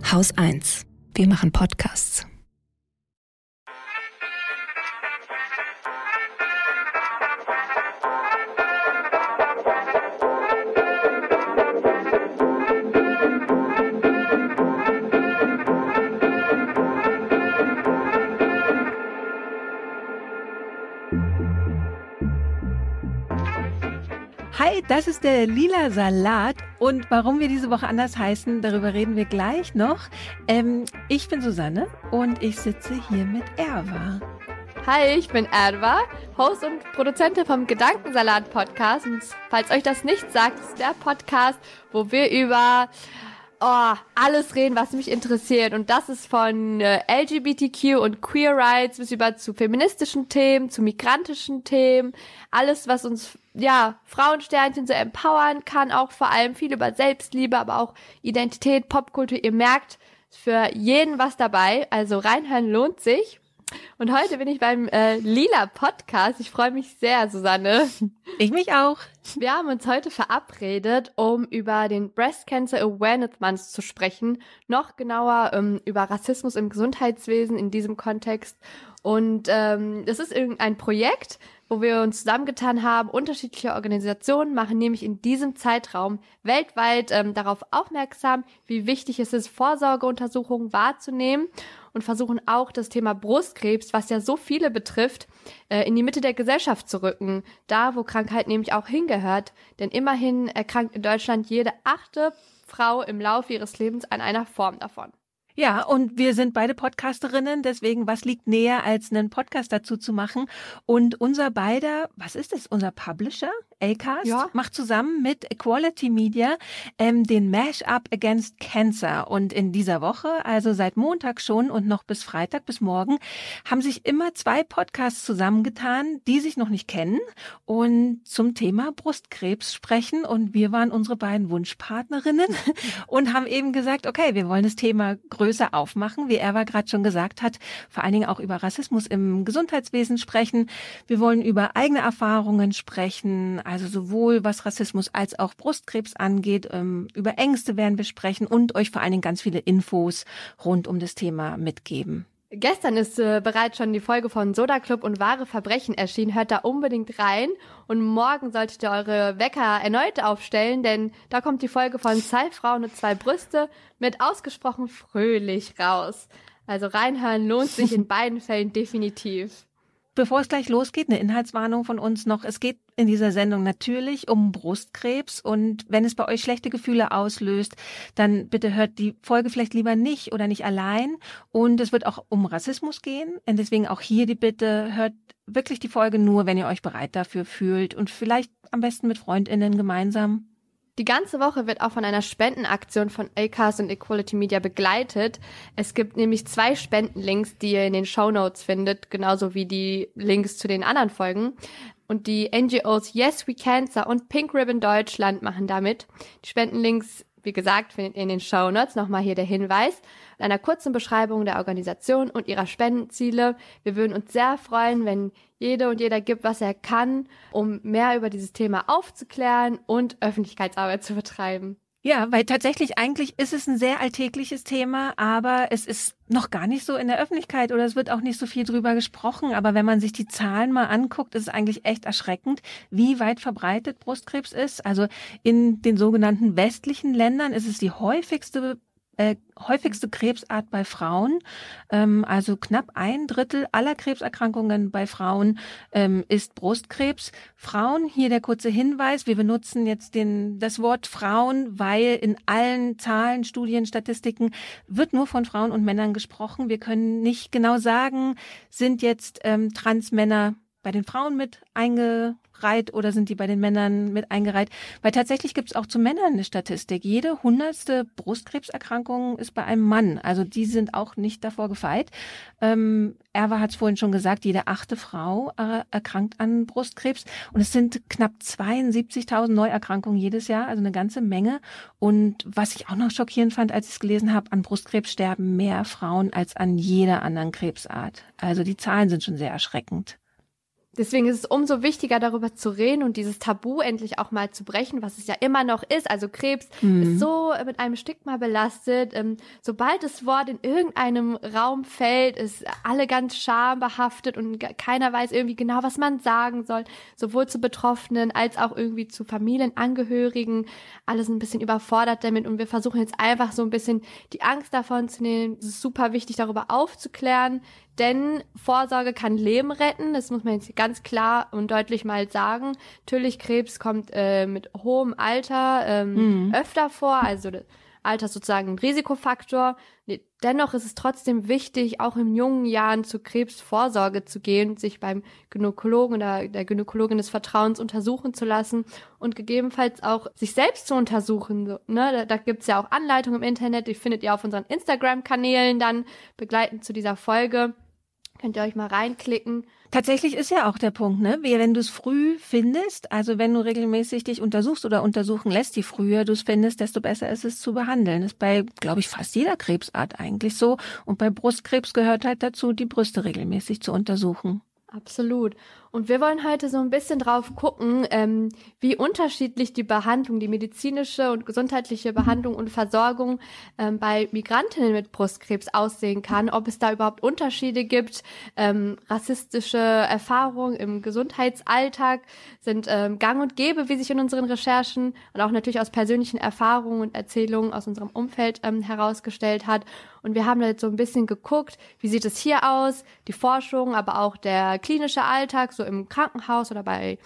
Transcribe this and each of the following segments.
Haus 1. Wir machen Podcasts. Hi, das ist der Lila Salat und warum wir diese Woche anders heißen, darüber reden wir gleich noch. Ich bin Susanne und ich sitze hier mit Erwa. Hi, ich bin Erwa, Host und Produzentin vom Gedankensalat-Podcast. Und falls euch das nicht sagt, ist der Podcast, wo wir über alles reden, was mich interessiert. Und das ist von LGBTQ und Queer Rights bis über zu feministischen Themen, zu migrantischen Themen. Alles, was uns, Frauensternchen so empowern kann. Auch vor allem viel über Selbstliebe, aber auch Identität, Popkultur. Ihr merkt, für jeden was dabei. Also reinhören lohnt sich. Und heute bin ich beim Lila Podcast. Ich freue mich sehr, Susanne. Ich mich auch. Wir haben uns heute verabredet, um über den Breast Cancer Awareness Month zu sprechen. Noch genauer über Rassismus im Gesundheitswesen in diesem Kontext. Und das ist irgendein Projekt, wo wir uns zusammengetan haben. Unterschiedliche Organisationen machen nämlich in diesem Zeitraum weltweit darauf aufmerksam, wie wichtig es ist, Vorsorgeuntersuchungen wahrzunehmen. Und versuchen auch das Thema Brustkrebs, was ja so viele betrifft, in die Mitte der Gesellschaft zu rücken. Da, wo Krankheit nämlich auch hingehört. Denn immerhin erkrankt in Deutschland jede 8. Frau im Laufe ihres Lebens an einer Form davon. Ja, und wir sind beide Podcasterinnen, deswegen, was liegt näher, als einen Podcast dazu zu machen? Und unser beider, was ist es, unser Publisher, Acast, macht zusammen mit Equality Media den Mash-up Against Cancer. Und in dieser Woche, also seit Montag schon und noch bis Freitag, bis morgen, haben sich immer 2 Podcasts zusammengetan, die sich noch nicht kennen und zum Thema Brustkrebs sprechen. Und wir waren unsere beiden Wunschpartnerinnen und haben eben gesagt, okay, wir wollen das Thema größer aufmachen, wie Erwa gerade schon gesagt hat, vor allen Dingen auch über Rassismus im Gesundheitswesen sprechen. Wir wollen über eigene Erfahrungen sprechen, also sowohl was Rassismus als auch Brustkrebs angeht. Über Ängste werden wir sprechen und euch vor allen Dingen ganz viele Infos rund um das Thema mitgeben. Gestern ist bereits schon die Folge von Soda Club und wahre Verbrechen erschienen. Hört da unbedingt rein. Und morgen solltet ihr eure Wecker erneut aufstellen, denn da kommt die Folge von 2 Frauen und 2 Brüste mit ausgesprochen fröhlich raus. Also reinhören lohnt sich in beiden Fällen definitiv. Bevor es gleich losgeht, eine Inhaltswarnung von uns noch. Es geht in dieser Sendung natürlich um Brustkrebs und wenn es bei euch schlechte Gefühle auslöst, dann bitte hört die Folge vielleicht lieber nicht oder nicht allein. Und es wird auch um Rassismus gehen. Und deswegen auch hier die Bitte, hört wirklich die Folge nur, wenn ihr euch bereit dafür fühlt und vielleicht am besten mit FreundInnen gemeinsam. Die ganze Woche wird auch von einer Spendenaktion von Acast und Equality Media begleitet. Es gibt nämlich 2 Spendenlinks, die ihr in den Shownotes findet, genauso wie die Links zu den anderen Folgen. Und die NGOs Yes We Cancer und Pink Ribbon Deutschland machen damit. Die Spendenlinks, wie gesagt, findet ihr in den Shownotes. Nochmal hier der Hinweis. In einer kurzen Beschreibung der Organisation und ihrer Spendenziele. Wir würden uns sehr freuen, wenn jede und jeder gibt, was er kann, um mehr über dieses Thema aufzuklären und Öffentlichkeitsarbeit zu betreiben. Ja, weil tatsächlich eigentlich ist es ein sehr alltägliches Thema, aber es ist noch gar nicht so in der Öffentlichkeit oder es wird auch nicht so viel drüber gesprochen. Aber wenn man sich die Zahlen mal anguckt, ist es eigentlich echt erschreckend, wie weit verbreitet Brustkrebs ist. Also in den sogenannten westlichen Ländern ist es die häufigste Krebsart bei Frauen, also knapp 1/3 aller Krebserkrankungen bei Frauen ist Brustkrebs. Frauen, hier der kurze Hinweis, wir benutzen jetzt das Wort Frauen, weil in allen Zahlen, Studien, Statistiken wird nur von Frauen und Männern gesprochen. Wir können nicht genau sagen, sind jetzt Transmänner bei den Frauen mit eingereiht oder sind die bei den Männern mit eingereiht? Weil tatsächlich gibt es auch zu Männern eine Statistik. Jede 100. Brustkrebserkrankung ist bei einem Mann. Also die sind auch nicht davor gefeit. Erwa hat es vorhin schon gesagt, jede 8. Frau erkrankt an Brustkrebs. Und es sind knapp 72.000 Neuerkrankungen jedes Jahr, also eine ganze Menge. Und was ich auch noch schockierend fand, als ich es gelesen habe, an Brustkrebs sterben mehr Frauen als an jeder anderen Krebsart. Also die Zahlen sind schon sehr erschreckend. Deswegen ist es umso wichtiger, darüber zu reden und dieses Tabu endlich auch mal zu brechen, was es ja immer noch ist. Also Krebs ist so mit einem Stigma belastet. Sobald das Wort in irgendeinem Raum fällt, ist alle ganz schambehaftet und keiner weiß irgendwie genau, was man sagen soll. Sowohl zu Betroffenen als auch irgendwie zu Familienangehörigen. Alles ein bisschen überfordert damit und wir versuchen jetzt einfach so ein bisschen die Angst davon zu nehmen. Es ist super wichtig, darüber aufzuklären, denn Vorsorge kann Leben retten, das muss man jetzt ganz klar und deutlich mal sagen. Natürlich, Krebs kommt mit hohem Alter öfter vor, also Alter ist sozusagen ein Risikofaktor. Dennoch ist es trotzdem wichtig, auch in jungen Jahren zur Krebsvorsorge zu gehen, sich beim Gynäkologen oder der Gynäkologin des Vertrauens untersuchen zu lassen und gegebenenfalls auch sich selbst zu untersuchen. So, ne? Da gibt's ja auch Anleitungen im Internet, die findet ihr auf unseren Instagram-Kanälen dann begleitend zu dieser Folge. Könnt ihr euch mal reinklicken. Tatsächlich ist ja auch der Punkt, ne? Wenn du es früh findest, also wenn du regelmäßig dich untersuchst oder untersuchen lässt, je früher du es findest, desto besser ist es zu behandeln. Das ist bei, glaube ich, fast jeder Krebsart eigentlich so. Und bei Brustkrebs gehört halt dazu, die Brüste regelmäßig zu untersuchen. Absolut. Und wir wollen heute so ein bisschen drauf gucken, wie unterschiedlich die Behandlung, die medizinische und gesundheitliche Behandlung und Versorgung bei Migrantinnen mit Brustkrebs aussehen kann, ob es da überhaupt Unterschiede gibt. Rassistische Erfahrungen im Gesundheitsalltag sind gang und gäbe, wie sich in unseren Recherchen und auch natürlich aus persönlichen Erfahrungen und Erzählungen aus unserem Umfeld herausgestellt hat. Und wir haben da jetzt so ein bisschen geguckt, wie sieht es hier aus, die Forschung, aber auch der klinische Alltag, so im Krankenhaus oder bei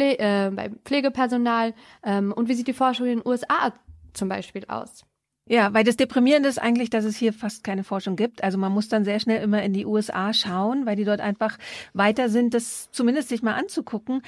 Pflegepersonal. Und wie sieht die Forschung in den USA zum Beispiel aus? Ja, weil das Deprimierende ist eigentlich, dass es hier fast keine Forschung gibt. Also man muss dann sehr schnell immer in die USA schauen, weil die dort einfach weiter sind, das zumindest sich mal anzugucken.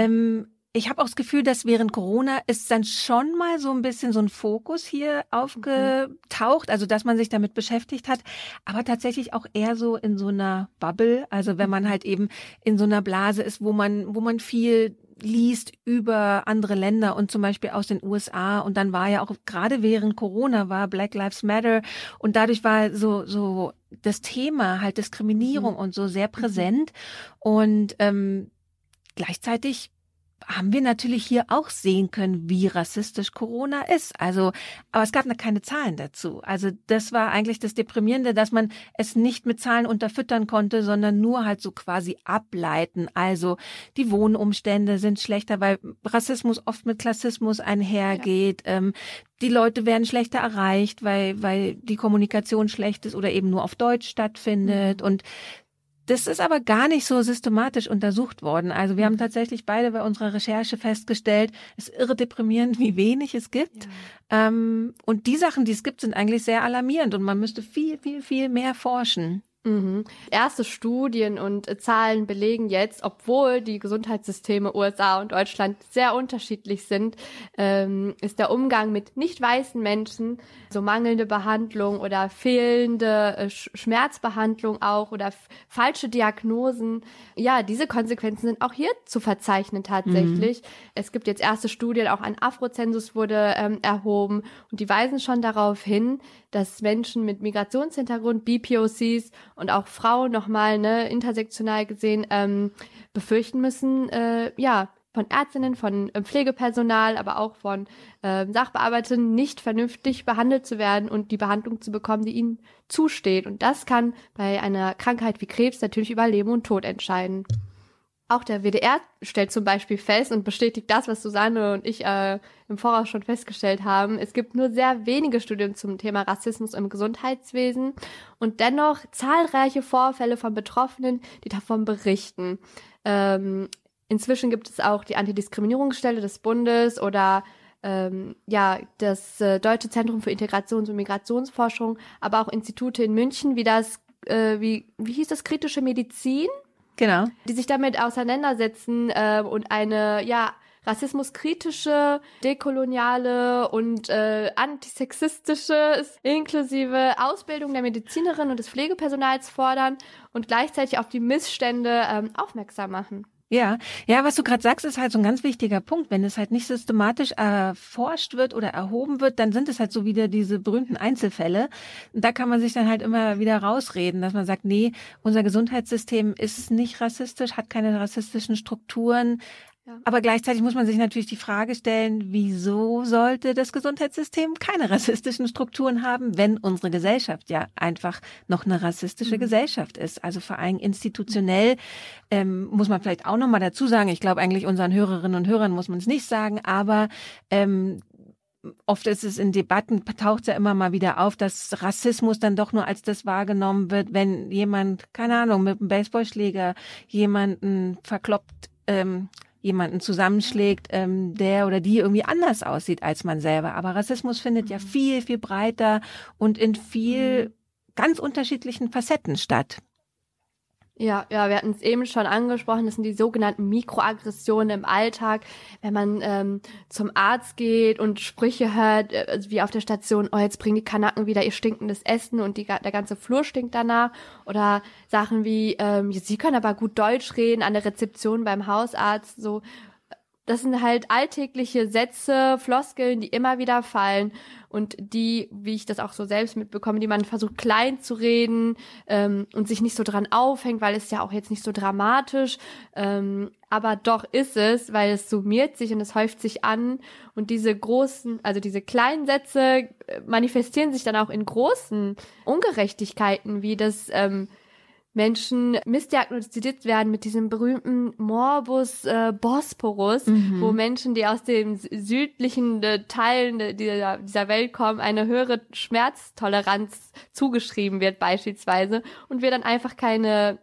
Ich habe auch das Gefühl, dass während Corona ist dann schon mal so ein bisschen so ein Fokus hier aufgetaucht, also dass man sich damit beschäftigt hat, aber tatsächlich auch eher so in so einer Bubble, also wenn man halt eben in so einer Blase ist, wo man viel liest über andere Länder und zum Beispiel aus den USA und dann war ja auch gerade während Corona war Black Lives Matter und dadurch war so das Thema halt Diskriminierung und so sehr präsent und gleichzeitig haben wir natürlich hier auch sehen können, wie rassistisch Corona ist. Also, aber es gab noch keine Zahlen dazu. Also das war eigentlich das Deprimierende, dass man es nicht mit Zahlen unterfüttern konnte, sondern nur halt so quasi ableiten. Also die Wohnumstände sind schlechter, weil Rassismus oft mit Klassismus einhergeht. Ja. Die Leute werden schlechter erreicht, weil die Kommunikation schlecht ist oder eben nur auf Deutsch stattfindet und das ist aber gar nicht so systematisch untersucht worden. Also wir haben tatsächlich beide bei unserer Recherche festgestellt, es ist irre deprimierend, wie wenig es gibt. Ja. Und die Sachen, die es gibt, sind eigentlich sehr alarmierend und man müsste viel, viel, viel mehr forschen. Mhm. Erste Studien und Zahlen belegen jetzt, obwohl die Gesundheitssysteme USA und Deutschland sehr unterschiedlich sind, ist der Umgang mit nicht weißen Menschen, so mangelnde Behandlung oder fehlende Schmerzbehandlung auch oder falsche Diagnosen. Ja, diese Konsequenzen sind auch hier zu verzeichnen tatsächlich. Es gibt jetzt erste Studien, auch ein Afrozensus wurde erhoben und die weisen schon darauf hin, dass Menschen mit Migrationshintergrund, BPOCs und auch Frauen nochmal intersektional gesehen befürchten müssen, von Ärztinnen, von Pflegepersonal, aber auch von Sachbearbeitern nicht vernünftig behandelt zu werden und die Behandlung zu bekommen, die ihnen zusteht. Und das kann bei einer Krankheit wie Krebs natürlich über Leben und Tod entscheiden. Auch der WDR stellt zum Beispiel fest und bestätigt das, was Susanne und ich im Voraus schon festgestellt haben. Es gibt nur sehr wenige Studien zum Thema Rassismus im Gesundheitswesen und dennoch zahlreiche Vorfälle von Betroffenen, die davon berichten. Inzwischen gibt es auch die Antidiskriminierungsstelle des Bundes oder das Deutsche Zentrum für Integrations- und Migrationsforschung, aber auch Institute in München, wie hieß das, kritische Medizin? Genau. Die sich damit auseinandersetzen und eine rassismuskritische, dekoloniale und antisexistische inklusive Ausbildung der Medizinerinnen und des Pflegepersonals fordern und gleichzeitig auf die Missstände aufmerksam machen. Ja, was du gerade sagst, ist halt so ein ganz wichtiger Punkt. Wenn es halt nicht systematisch erforscht wird oder erhoben wird, dann sind es halt so wieder diese berühmten Einzelfälle. Und da kann man sich dann halt immer wieder rausreden, dass man sagt, nee, unser Gesundheitssystem ist nicht rassistisch, hat keine rassistischen Strukturen. Ja. Aber gleichzeitig muss man sich natürlich die Frage stellen, wieso sollte das Gesundheitssystem keine rassistischen Strukturen haben, wenn unsere Gesellschaft ja einfach noch eine rassistische Gesellschaft ist. Also vor allem institutionell muss man vielleicht auch nochmal dazu sagen, ich glaube eigentlich unseren Hörerinnen und Hörern muss man es nicht sagen, aber oft ist es in Debatten, taucht es ja immer mal wieder auf, dass Rassismus dann doch nur als das wahrgenommen wird, wenn jemand, keine Ahnung, mit einem Baseballschläger jemanden verkloppt, jemanden zusammenschlägt, der oder die irgendwie anders aussieht als man selber. Aber Rassismus findet ja viel, viel breiter und in viel ganz unterschiedlichen Facetten statt. Ja, wir hatten es eben schon angesprochen, das sind die sogenannten Mikroaggressionen im Alltag, wenn man zum Arzt geht und Sprüche hört, wie auf der Station, oh, jetzt bringen die Kanaken wieder ihr stinkendes Essen und der ganze Flur stinkt danach, oder Sachen wie, sie können aber gut Deutsch reden an der Rezeption beim Hausarzt, so. Das sind halt alltägliche Sätze, Floskeln, die immer wieder fallen und die, wie ich das auch so selbst mitbekomme, die man versucht klein zu reden und sich nicht so dran aufhängt, weil es ja auch jetzt nicht so dramatisch, aber doch ist es, weil es summiert sich und es häuft sich an und diese kleinen Sätze manifestieren sich dann auch in großen Ungerechtigkeiten, wie das Menschen missdiagnostiziert werden mit diesem berühmten Morbus Bosporus, wo Menschen, die aus den südlichen Teilen dieser Welt kommen, eine höhere Schmerztoleranz zugeschrieben wird beispielsweise und wir dann einfach keine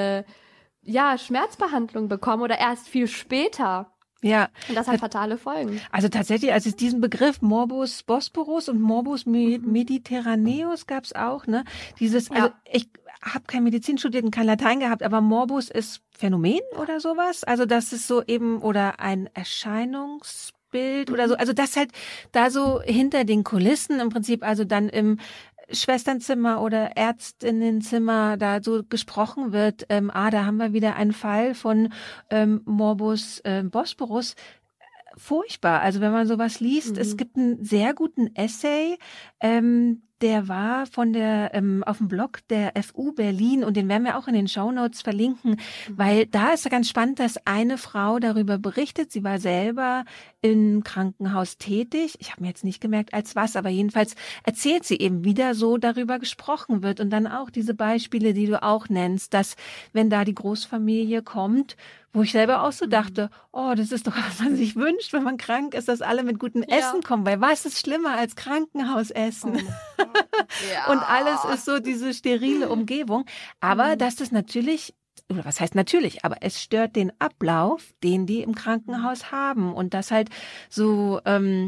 Schmerzbehandlung bekommen oder erst viel später. Ja. Und das hat fatale Folgen. Also tatsächlich, als es diesen Begriff Morbus Bosporus und Morbus Mediterraneus gab es auch, ne? Also ich habe kein Medizin studiert und kein Latein gehabt, aber Morbus ist Phänomen oder sowas? Also das ist so eben, oder ein Erscheinungsbild oder so. Also das halt da so hinter den Kulissen im Prinzip, also dann im Schwesternzimmer oder Ärztinnenzimmer da so gesprochen wird, da haben wir wieder einen Fall von Morbus Bosporus. Furchtbar. Also wenn man sowas liest, es gibt einen sehr guten Essay, der war von der auf dem Blog der FU Berlin und den werden wir auch in den Shownotes verlinken, weil da ist ja ganz spannend, dass eine Frau darüber berichtet, sie war selber im Krankenhaus tätig. Ich habe mir jetzt nicht gemerkt, als was, aber jedenfalls erzählt sie eben, wie da so darüber gesprochen wird und dann auch diese Beispiele, die du auch nennst, dass wenn da die Großfamilie kommt, wo ich selber auch so dachte, oh, das ist doch, was man sich wünscht, wenn man krank ist, dass alle mit gutem Essen kommen, weil was ist schlimmer als Krankenhausessen? Und alles ist so diese sterile Umgebung. Aber dass das natürlich, oder was heißt natürlich, aber es stört den Ablauf, den die im Krankenhaus haben. Und das halt so eine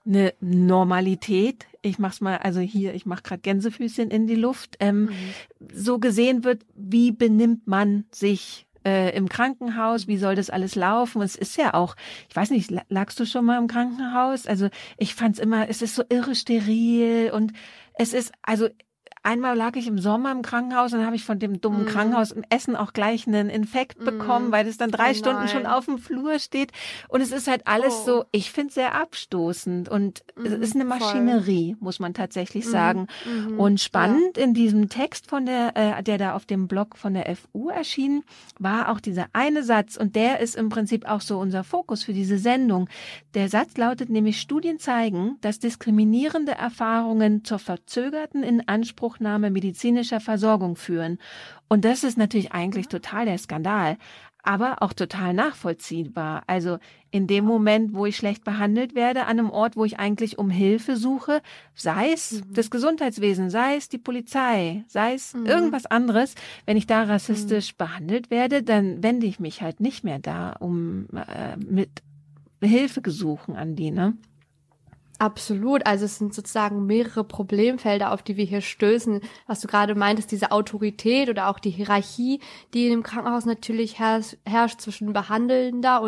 Normalität, ich mach's mal, also hier, ich mache gerade Gänsefüßchen in die Luft, so gesehen wird, wie benimmt man sich im Krankenhaus, wie soll das alles laufen? Und es ist ja auch, ich weiß nicht, lagst du schon mal im Krankenhaus? Also ich fand's immer, es ist so irre steril und es ist, also einmal lag ich im Sommer im Krankenhaus und dann habe ich von dem dummen Krankenhaus im Essen auch gleich einen Infekt bekommen, weil das dann 3 Stunden schon auf dem Flur steht. Und es ist halt alles so, ich finde es sehr abstoßend. Und es ist eine Maschinerie, muss man tatsächlich sagen. Und spannend in diesem Text von der da auf dem Blog von der FU erschien, war auch dieser eine Satz. Und der ist im Prinzip auch so unser Fokus für diese Sendung. Der Satz lautet nämlich, Studien zeigen, dass diskriminierende Erfahrungen zur verzögerten Inanspruchnahme medizinischer Versorgung führen. Und das ist natürlich eigentlich total der Skandal, aber auch total nachvollziehbar. Also in dem Moment, wo ich schlecht behandelt werde, an einem Ort, wo ich eigentlich um Hilfe suche, sei es das Gesundheitswesen, sei es die Polizei, sei es irgendwas anderes, wenn ich da rassistisch behandelt werde, dann wende ich mich halt nicht mehr da mit Hilfe gesuchen an die, ne? Absolut, also es sind sozusagen mehrere Problemfelder, auf die wir hier stößen, was du gerade meintest, diese Autorität oder auch die Hierarchie, die in dem Krankenhaus natürlich herrscht zwischen Behandelnder und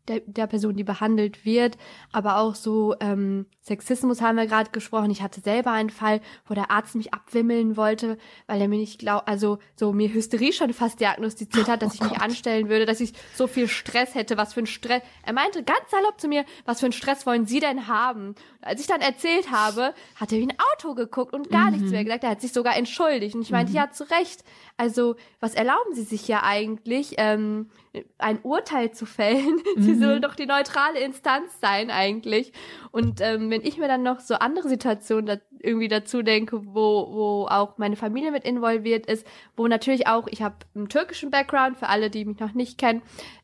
der Person, die behandelt wird, aber auch so Sexismus haben wir gerade gesprochen. Ich hatte selber einen Fall, wo der Arzt mich abwimmeln wollte, weil er mir nicht mir Hysterie schon fast diagnostiziert hat, dass ich mich anstellen würde, dass ich so viel Stress hätte, was für ein Stress. Er meinte ganz salopp zu mir, was für einen Stress wollen Sie denn haben? Und als ich dann erzählt habe, hat er wie ein Auto geguckt und gar nichts mehr gesagt. Er hat sich sogar entschuldigt und ich meinte, ja, zu Recht. Also, was erlauben Sie sich ja eigentlich, ein Urteil zu fällen? Sie soll doch die neutrale Instanz sein eigentlich. Und wenn ich mir dann noch so andere Situationen irgendwie dazu denke, wo auch meine Familie mit involviert ist, wo natürlich auch, ich habe einen türkischen Background, für alle, die mich noch nicht kennen,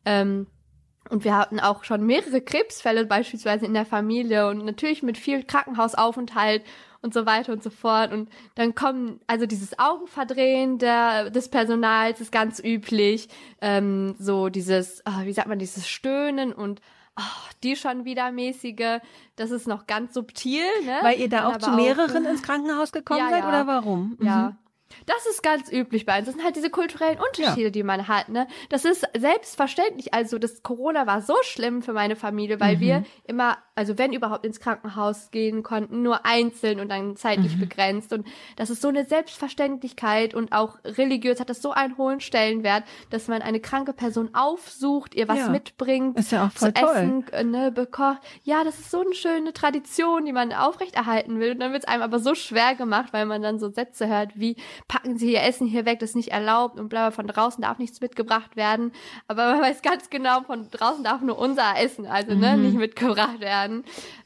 und wir hatten auch schon mehrere Krebsfälle beispielsweise in der Familie und natürlich mit viel Krankenhausaufenthalt und so weiter und so fort. Und dann kommen, also dieses Augenverdrehen des Personals ist ganz üblich. So dieses, dieses Stöhnen und die schon wieder mäßige, das ist noch ganz subtil. Ne? Weil ihr da auch zu mehreren ins Krankenhaus gekommen seid oder warum? Ja. Das ist ganz üblich bei uns. Das sind halt diese kulturellen Unterschiede, die man hat, ne? Das ist selbstverständlich. Also das Corona war so schlimm für meine Familie, weil wir immer, also wenn überhaupt ins Krankenhaus gehen konnten, nur einzeln und dann zeitlich begrenzt. Und das ist so eine Selbstverständlichkeit und auch religiös hat das so einen hohen Stellenwert, dass man eine kranke Person aufsucht, ihr was mitbringt, ist ja auch voll zu toll. Essen, bekocht. Ja, das ist so eine schöne Tradition, die man aufrechterhalten will. Und dann wird es einem aber so schwer gemacht, weil man dann so Sätze hört wie, packen Sie Ihr Essen hier weg, das ist nicht erlaubt und bla, von draußen darf nichts mitgebracht werden. Aber man weiß ganz genau, von draußen darf nur unser Essen, also nicht mitgebracht werden.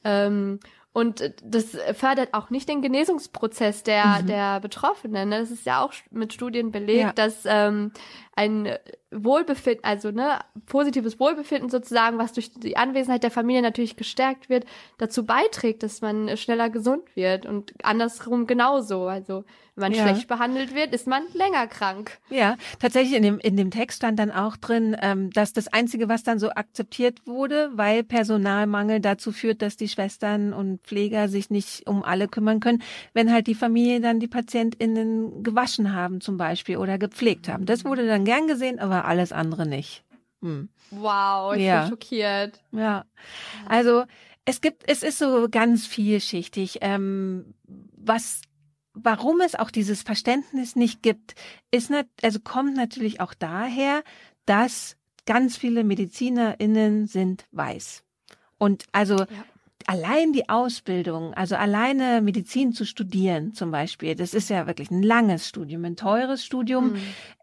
Und das fördert auch nicht den Genesungsprozess der Betroffenen. Das ist ja auch mit Studien belegt, dass ein Wohlbefinden, also positives Wohlbefinden sozusagen, was durch die Anwesenheit der Familie natürlich gestärkt wird, dazu beiträgt, dass man schneller gesund wird und andersrum genauso. Also wenn man schlecht behandelt wird, ist man länger krank. Ja, tatsächlich in dem Text stand dann auch drin, dass das Einzige, was dann so akzeptiert wurde, weil Personalmangel dazu führt, dass die Schwestern und Pfleger sich nicht um alle kümmern können, wenn halt die Familie dann die PatientInnen gewaschen haben zum Beispiel oder gepflegt haben. Das wurde dann gern gesehen, aber alles andere nicht. Wow, ich bin schockiert. Ja, also es ist so ganz vielschichtig. Warum es auch dieses Verständnis nicht gibt, kommt natürlich auch daher, dass ganz viele MedizinerInnen sind weiß. Und also allein die Ausbildung, also alleine Medizin zu studieren zum Beispiel, das ist ja wirklich ein langes Studium, ein teures Studium.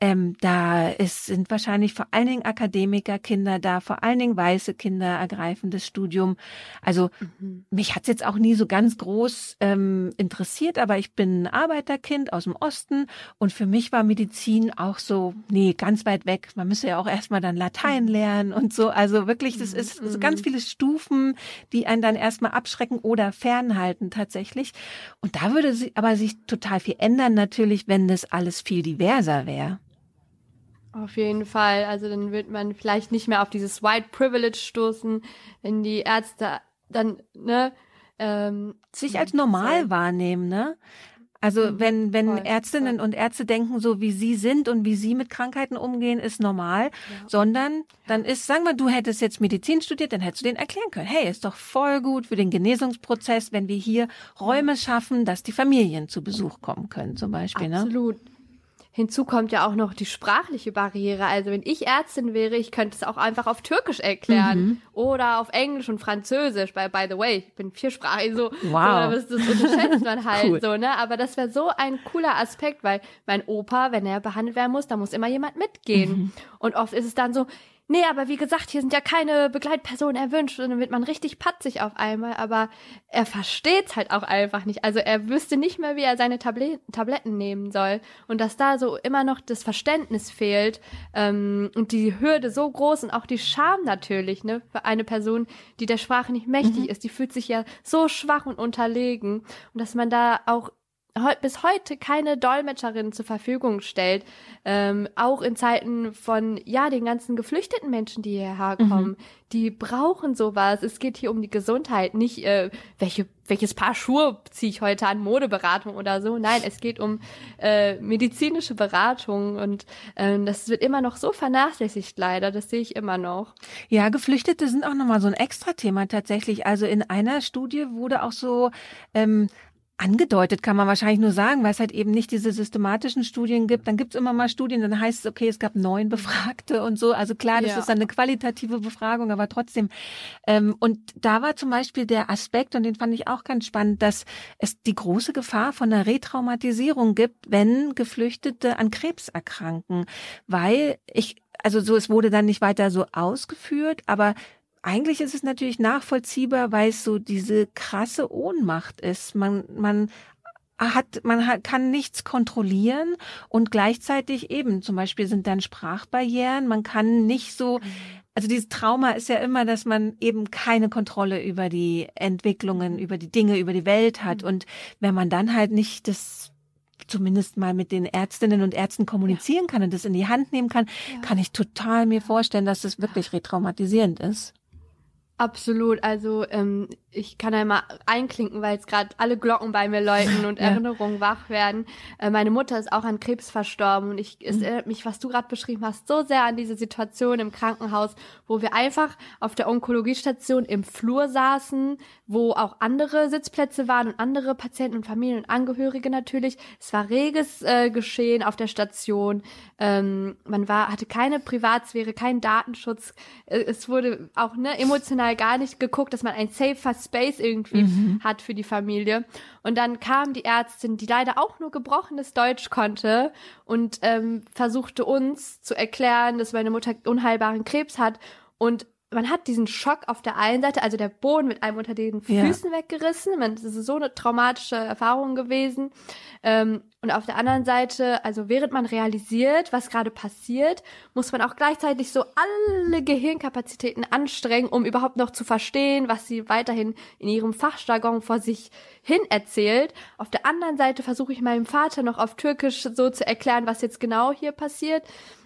Sind wahrscheinlich vor allen Dingen Akademikerkinder da, vor allen Dingen weiße Kinder ergreifendes Studium. Also mich hat's jetzt auch nie so ganz groß interessiert, aber ich bin ein Arbeiterkind aus dem Osten und für mich war Medizin auch so, ganz weit weg. Man müsse ja auch erstmal dann Latein lernen und so. Also wirklich, das ist so ganz viele Stufen, die einen dann erstmal abschrecken oder fernhalten tatsächlich. Und da würde sich total viel ändern natürlich, wenn das alles viel diverser wäre. Auf jeden Fall. Also dann wird man vielleicht nicht mehr auf dieses White Privilege stoßen, wenn die Ärzte dann, sich als normal wahrnehmen, ne? Also wenn Ärztinnen und Ärzte denken, so wie sie sind und wie sie mit Krankheiten umgehen, ist normal, sondern dann sagen wir, du hättest jetzt Medizin studiert, dann hättest du denen erklären können, hey, ist doch voll gut für den Genesungsprozess, wenn wir hier Räume schaffen, dass die Familien zu Besuch kommen können zum Beispiel. Absolut. Hinzu kommt ja auch noch die sprachliche Barriere. Also wenn ich Ärztin wäre, ich könnte es auch einfach auf Türkisch erklären oder auf Englisch und Französisch. By the way, ich bin viersprachig, so. Wow. Das unterschätzt man halt Cool. so, ne? Aber das wäre so ein cooler Aspekt, weil mein Opa, wenn er behandelt werden muss, da muss immer jemand mitgehen. Und oft ist es dann so, nee, aber wie gesagt, hier sind ja keine Begleitpersonen erwünscht und dann wird man richtig patzig auf einmal, aber er versteht's halt auch einfach nicht. Also er wüsste nicht mehr, wie er seine Tabletten nehmen soll und dass da so immer noch das Verständnis fehlt und die Hürde so groß und auch die Scham natürlich, ne, für eine Person, die der Sprache nicht mächtig ist, die fühlt sich ja so schwach und unterlegen und dass man da auch bis heute keine Dolmetscherin zur Verfügung stellt, auch in Zeiten von, den ganzen geflüchteten Menschen, die hierher kommen, die brauchen sowas. Es geht hier um die Gesundheit, nicht welches Paar Schuhe ziehe ich heute an, Modeberatung oder so. Nein, es geht um medizinische Beratung und das wird immer noch so vernachlässigt leider, das sehe ich immer noch. Ja, Geflüchtete sind auch nochmal so ein Extra-Thema tatsächlich. Also in einer Studie wurde auch so angedeutet, kann man wahrscheinlich nur sagen, weil es halt eben nicht diese systematischen Studien gibt. Dann gibt es immer mal Studien, dann heißt es, okay, es gab 9 Befragte und so. Also klar, das ist dann eine qualitative Befragung, aber trotzdem. Und da war zum Beispiel der Aspekt, und den fand ich auch ganz spannend, dass es die große Gefahr von einer Retraumatisierung gibt, wenn Geflüchtete an Krebs erkranken. Weil es wurde dann nicht weiter so ausgeführt, aber eigentlich ist es natürlich nachvollziehbar, weil es so diese krasse Ohnmacht ist. Man kann nichts kontrollieren und gleichzeitig eben, zum Beispiel sind dann Sprachbarrieren, man kann nicht so, also dieses Trauma ist ja immer, dass man eben keine Kontrolle über die Entwicklungen, über die Dinge, über die Welt hat. Und wenn man dann halt nicht das zumindest mal mit den Ärztinnen und Ärzten kommunizieren kann und das in die Hand nehmen kann, kann ich total mir vorstellen, dass das wirklich retraumatisierend ist. Absolut, also ich kann einmal einklinken, weil jetzt gerade alle Glocken bei mir läuten und Erinnerungen wach werden. Meine Mutter ist auch an Krebs verstorben und es erinnert mich, was du gerade beschrieben hast, so sehr an diese Situation im Krankenhaus, wo wir einfach auf der Onkologiestation im Flur saßen, wo auch andere Sitzplätze waren und andere Patienten und Familien und Angehörige natürlich. Es war reges Geschehen auf der Station. Man hatte keine Privatsphäre, keinen Datenschutz. Es wurde auch emotional gar nicht geguckt, dass man ein safer Space irgendwie hat für die Familie. Und dann kam die Ärztin, die leider auch nur gebrochenes Deutsch konnte und versuchte uns zu erklären, dass meine Mutter unheilbaren Krebs hat. Und man hat diesen Schock auf der einen Seite, also der Boden mit einem unter den Füßen weggerissen. Das ist so eine traumatische Erfahrung gewesen. Und auf der anderen Seite, also während man realisiert, was gerade passiert, muss man auch gleichzeitig so alle Gehirnkapazitäten anstrengen, um überhaupt noch zu verstehen, was sie weiterhin in ihrem Fachjargon vor sich hin erzählt. Auf der anderen Seite versuche ich meinem Vater noch auf Türkisch so zu erklären, was jetzt genau hier passiert.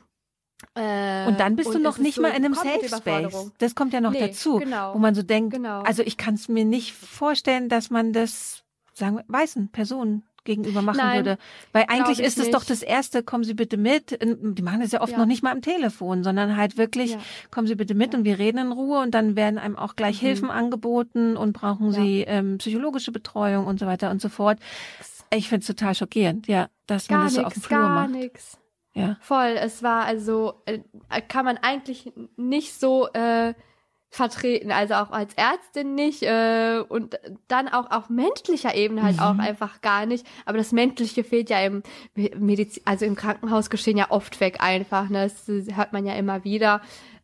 Und dann bist du noch nicht mal in einem Safe Space. Das kommt ja noch dazu, wo man so denkt, also ich kann es mir nicht vorstellen, dass man das, sagen wir, weißen Personen gegenüber machen würde. Weil eigentlich ist es doch das Erste, kommen Sie bitte mit. Die machen das ja oft noch nicht mal am Telefon, sondern halt wirklich, kommen Sie bitte mit und wir reden in Ruhe und dann werden einem auch gleich Hilfen angeboten und brauchen Sie psychologische Betreuung und so weiter und so fort. Ich finde es total schockierend, dass man das so auf dem Flur macht. Gar nichts. Ja. Voll, es war also, kann man eigentlich nicht so vertreten, also auch als Ärztin nicht und dann auch auf menschlicher Ebene halt auch einfach gar nicht, aber das Menschliche fehlt ja im also im Krankenhausgeschehen ja oft weg einfach, ne? Das hört man ja immer wieder,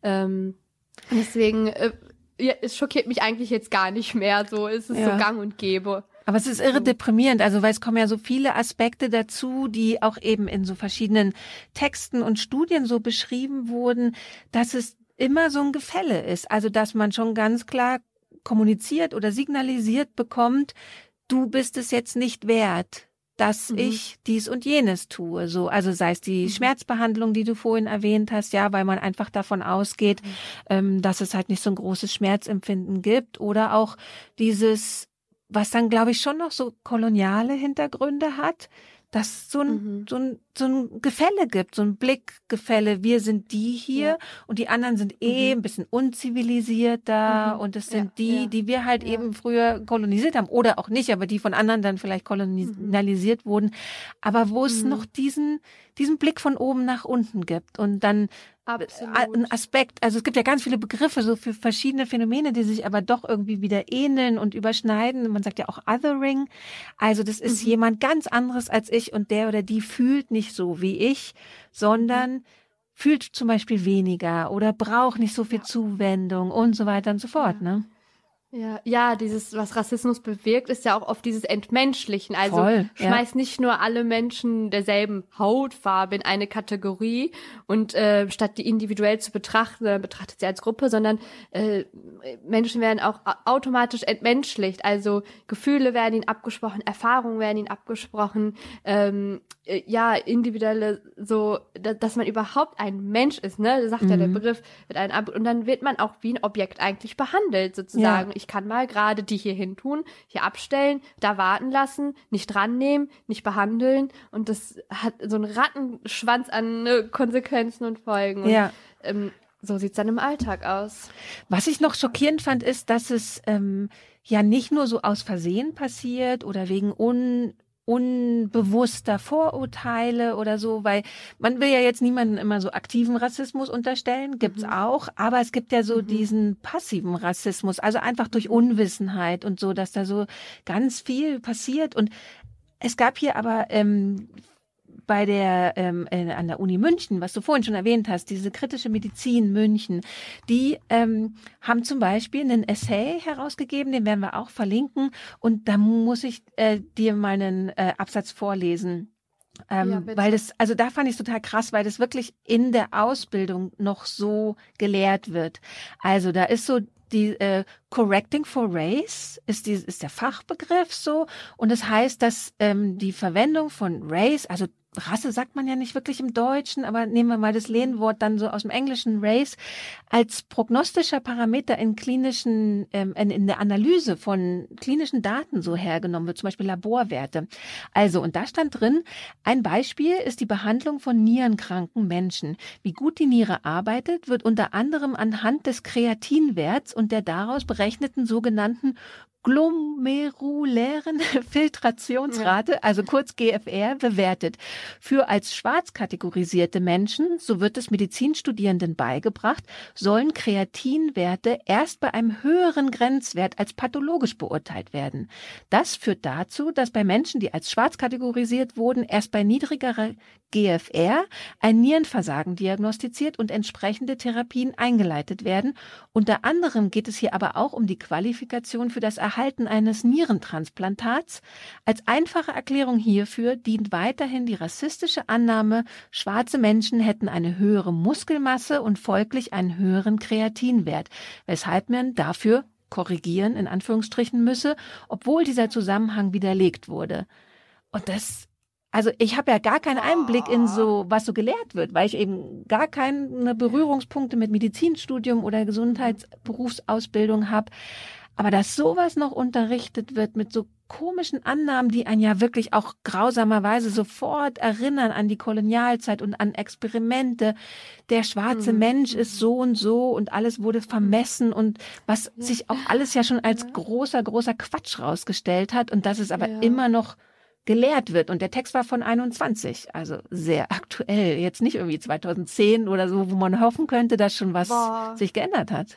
deswegen es schockiert mich eigentlich jetzt gar nicht mehr, so ist es so gang und gäbe. Aber es ist irre deprimierend, also weil es kommen ja so viele Aspekte dazu, die auch eben in so verschiedenen Texten und Studien so beschrieben wurden, dass es immer so ein Gefälle ist. Also dass man schon ganz klar kommuniziert oder signalisiert bekommt, du bist es jetzt nicht wert, dass ich dies und jenes tue. So, also sei es die Schmerzbehandlung, die du vorhin erwähnt hast, weil man einfach davon ausgeht, dass es halt nicht so ein großes Schmerzempfinden gibt, oder auch dieses, was dann, glaube ich, schon noch so koloniale Hintergründe hat, dass so ein Gefälle gibt, so ein Blickgefälle. Wir sind die hier und die anderen sind ein bisschen unzivilisierter und es sind die wir halt eben früher kolonisiert haben oder auch nicht, aber die von anderen dann vielleicht kolonialisiert wurden. Aber wo es noch diesen Blick von oben nach unten gibt und dann ein Aspekt, also es gibt ja ganz viele Begriffe so für verschiedene Phänomene, die sich aber doch irgendwie wieder ähneln und überschneiden. Man sagt ja auch Othering. Also das ist jemand ganz anderes als ich und der oder die fühlt nicht so wie ich, sondern fühlt zum Beispiel weniger oder braucht nicht so viel Zuwendung und so weiter und so fort, ne? Ja, dieses, was Rassismus bewirkt, ist ja auch oft dieses Entmenschlichen. Also Voll, schmeißt nicht nur alle Menschen derselben Hautfarbe in eine Kategorie und statt die individuell zu betrachten, betrachtet sie als Gruppe, sondern Menschen werden auch automatisch entmenschlicht. Also Gefühle werden ihnen abgesprochen, Erfahrungen werden ihnen abgesprochen, individuelle, so, dass man überhaupt ein Mensch ist, ne? Das sagt ja der Begriff, und dann wird man auch wie ein Objekt eigentlich behandelt, sozusagen. Ja. Ich kann mal gerade die hier hin tun, hier abstellen, da warten lassen, nicht dran nehmen, nicht behandeln, und das hat so einen Rattenschwanz an Konsequenzen und Folgen. Und, so sieht's dann im Alltag aus. Was ich noch schockierend fand, ist, dass es ja nicht nur so aus Versehen passiert oder wegen unbewusster Vorurteile oder so, weil man will ja jetzt niemandem immer so aktiven Rassismus unterstellen, gibt's auch, aber es gibt ja so diesen passiven Rassismus, also einfach durch Unwissenheit und so, dass da so ganz viel passiert. Und es gab hier aber bei der an der Uni München, was du vorhin schon erwähnt hast, diese kritische Medizin München, die haben zum Beispiel einen Essay herausgegeben, den werden wir auch verlinken, und da muss ich dir meinen Absatz vorlesen. Weil das, also da fand ich es total krass, weil das wirklich in der Ausbildung noch so gelehrt wird. Also da ist so die Correcting for Race ist der Fachbegriff so, und das heißt, dass die Verwendung von Race, also Rasse sagt man ja nicht wirklich im Deutschen, aber nehmen wir mal das Lehnwort dann so aus dem Englischen, Race, als prognostischer Parameter in klinischen, in der Analyse von klinischen Daten so hergenommen wird, zum Beispiel Laborwerte. Also, und da stand drin, ein Beispiel ist die Behandlung von nierenkranken Menschen. Wie gut die Niere arbeitet, wird unter anderem anhand des Kreatinwerts und der daraus berechneten sogenannten glomerulären Filtrationsrate, also kurz GFR, bewertet. Für als schwarz kategorisierte Menschen, so wird es Medizinstudierenden beigebracht, sollen Kreatinwerte erst bei einem höheren Grenzwert als pathologisch beurteilt werden. Das führt dazu, dass bei Menschen, die als schwarz kategorisiert wurden, erst bei niedrigerer GFR ein Nierenversagen diagnostiziert und entsprechende Therapien eingeleitet werden. Unter anderem geht es hier aber auch um die Qualifikation für das Erhalten eines Nierentransplantats. Als einfache Erklärung hierfür dient weiterhin die rassistische Annahme, schwarze Menschen hätten eine höhere Muskelmasse und folglich einen höheren Kreatinwert, weshalb man dafür korrigieren, in Anführungsstrichen, müsse, obwohl dieser Zusammenhang widerlegt wurde. Und das, also ich habe ja gar keinen Einblick in so, was so gelehrt wird, weil ich eben gar keine Berührungspunkte mit Medizinstudium oder Gesundheitsberufsausbildung habe. Aber dass sowas noch unterrichtet wird mit so komischen Annahmen, die einen ja wirklich auch grausamerweise sofort erinnern an die Kolonialzeit und an Experimente. Der schwarze Mensch ist so und alles wurde vermessen, und was sich auch alles ja schon als großer Quatsch rausgestellt hat, und dass es aber immer noch gelehrt wird. Und der Text war von 21, also sehr aktuell. Jetzt nicht irgendwie 2010 oder so, wo man hoffen könnte, dass schon was sich geändert hat.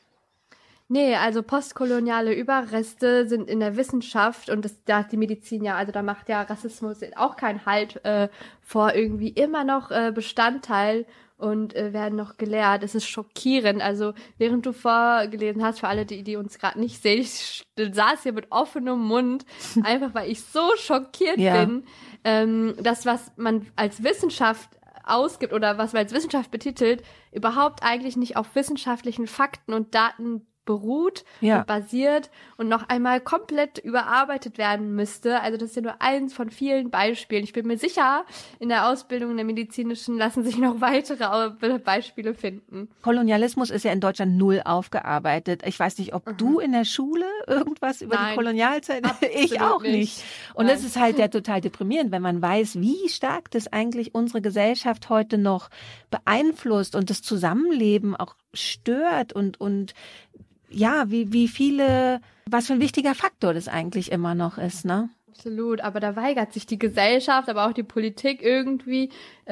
Nee, also postkoloniale Überreste sind in der Wissenschaft, und da hat die Medizin ja, also da macht ja Rassismus auch keinen Halt vor, irgendwie immer noch Bestandteil und werden noch gelehrt. Es ist schockierend. Also während du vorgelesen hast, für alle, die uns gerade nicht sehen, ich saß hier mit offenem Mund, einfach weil ich so schockiert bin, das, was man als Wissenschaft ausgibt oder was man als Wissenschaft betitelt, überhaupt eigentlich nicht auf wissenschaftlichen Fakten und Daten beruht und basiert und noch einmal komplett überarbeitet werden müsste. Also das ist ja nur eins von vielen Beispielen. Ich bin mir sicher, in der Ausbildung in der medizinischen lassen sich noch weitere Beispiele finden. Kolonialismus ist ja in Deutschland null aufgearbeitet. Ich weiß nicht, ob du in der Schule irgendwas über die Kolonialzeit... Ich auch nicht. Und das ist halt ja total deprimierend, wenn man weiß, wie stark das eigentlich unsere Gesellschaft heute noch beeinflusst und das Zusammenleben auch stört und ja, wie viele, was für ein wichtiger Faktor das eigentlich immer noch ist, ne? Absolut, aber da weigert sich die Gesellschaft, aber auch die Politik irgendwie,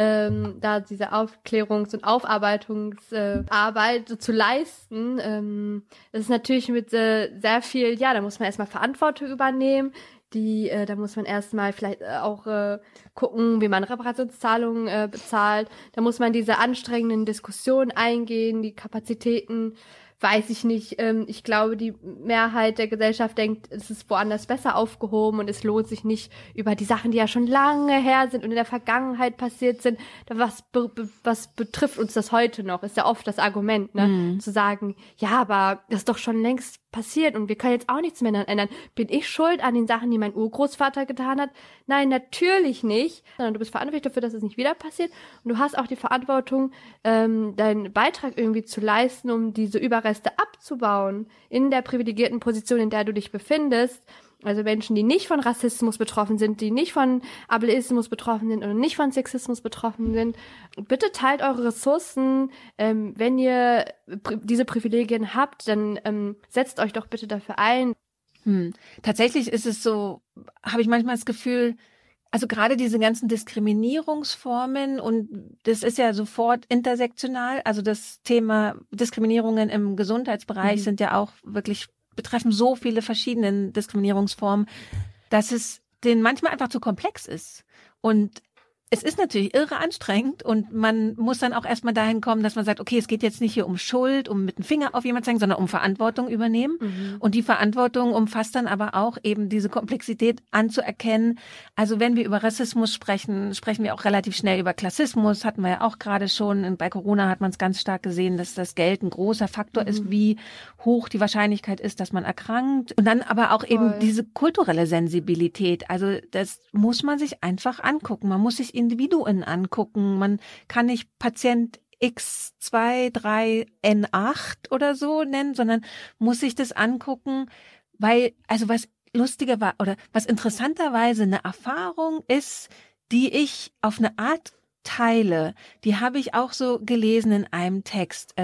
da diese Aufklärungs- und Aufarbeitungsarbeit zu leisten. Das ist natürlich mit sehr viel, da muss man erstmal Verantwortung übernehmen. Da muss man erstmal vielleicht auch gucken, wie man Reparationszahlungen bezahlt. Da muss man diese anstrengenden Diskussionen eingehen, die Kapazitäten weiß ich nicht. Ich glaube, die Mehrheit der Gesellschaft denkt, es ist woanders besser aufgehoben und es lohnt sich nicht über die Sachen, die ja schon lange her sind und in der Vergangenheit passiert sind. Was betrifft uns das heute noch? Ist ja oft das Argument, ne? Zu sagen, ja, aber das ist doch schon längst passiert und wir können jetzt auch nichts mehr daran ändern. Bin ich schuld an den Sachen, die mein Urgroßvater getan hat? Nein, natürlich nicht. Sondern du bist verantwortlich dafür, dass es nicht wieder passiert. Und du hast auch die Verantwortung, deinen Beitrag irgendwie zu leisten, um diese Überreste abzubauen in der privilegierten Position, in der du dich befindest. Also Menschen, die nicht von Rassismus betroffen sind, die nicht von Ableismus betroffen sind oder nicht von Sexismus betroffen sind. Bitte teilt eure Ressourcen. Wenn ihr diese Privilegien habt, dann setzt euch doch bitte dafür ein. Tatsächlich ist es so, habe ich manchmal das Gefühl, also gerade diese ganzen Diskriminierungsformen, und das ist ja sofort intersektional, also das Thema Diskriminierungen im Gesundheitsbereich sind ja auch wirklich, betreffen so viele verschiedene Diskriminierungsformen, dass es denen manchmal einfach zu komplex ist. Und es ist natürlich irre anstrengend und man muss dann auch erstmal dahin kommen, dass man sagt, okay, es geht jetzt nicht hier um Schuld, um mit dem Finger auf jemanden zeigen, sondern um Verantwortung übernehmen. Und die Verantwortung umfasst dann aber auch eben diese Komplexität anzuerkennen. Also wenn wir über Rassismus sprechen, sprechen wir auch relativ schnell über Klassismus. Hatten wir ja auch gerade schon. Und bei Corona hat man es ganz stark gesehen, dass das Geld ein großer Faktor ist, wie hoch die Wahrscheinlichkeit ist, dass man erkrankt. Und dann aber auch eben diese kulturelle Sensibilität. Also das muss man sich einfach angucken. Man muss sich Individuen angucken. Man kann nicht Patient X23N8 oder so nennen, sondern muss sich das angucken, weil, also was lustiger war oder was interessanterweise eine Erfahrung ist, die ich auf eine Art teile, die habe ich auch so gelesen in einem Text,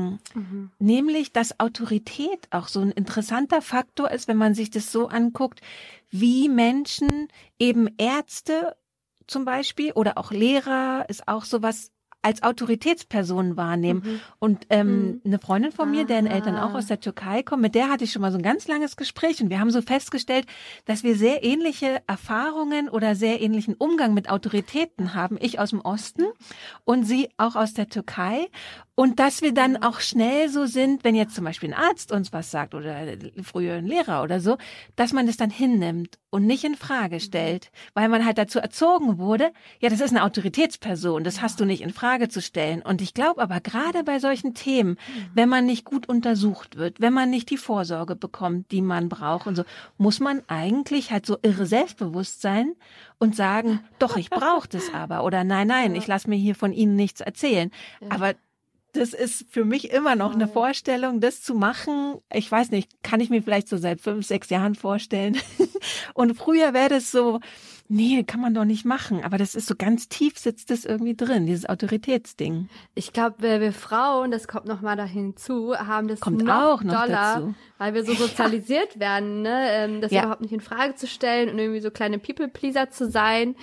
nämlich, dass Autorität auch so ein interessanter Faktor ist, wenn man sich das so anguckt, wie Menschen, eben Ärzte zum Beispiel oder auch Lehrer, ist auch sowas als Autoritätspersonen wahrnehmen. Und eine Freundin von mir, deren Eltern auch aus der Türkei kommen, mit der hatte ich schon mal so ein ganz langes Gespräch und wir haben so festgestellt, dass wir sehr ähnliche Erfahrungen oder sehr ähnlichen Umgang mit Autoritäten haben. Ich aus dem Osten und sie auch aus der Türkei. Und dass wir dann auch schnell so sind, wenn jetzt zum Beispiel ein Arzt uns was sagt oder früher ein Lehrer oder so, dass man das dann hinnimmt und nicht in Frage stellt, weil man halt dazu erzogen wurde, ja, das ist eine Autoritätsperson, das hast du nicht in Frage zu stellen. Und ich glaube aber gerade bei solchen Themen, wenn man nicht gut untersucht wird, wenn man nicht die Vorsorge bekommt, die man braucht und so, muss man eigentlich halt so irre selbstbewusst sein und sagen, doch, ich brauche das aber. Oder nein, ich lasse mir hier von Ihnen nichts erzählen. Aber das ist für mich immer noch eine Vorstellung, das zu machen. Ich weiß nicht, kann ich mir vielleicht so seit 5, 6 Jahren vorstellen. Und früher wäre das so, nee, kann man doch nicht machen. Aber das ist so ganz tief, sitzt das irgendwie drin, dieses Autoritätsding. Ich glaube, wir Frauen, das kommt noch mal da hinzu, haben das kommt noch auch noch doller, dazu, weil wir so sozialisiert werden, ne? Das überhaupt nicht in Frage zu stellen und irgendwie so kleine People-Pleaser zu sein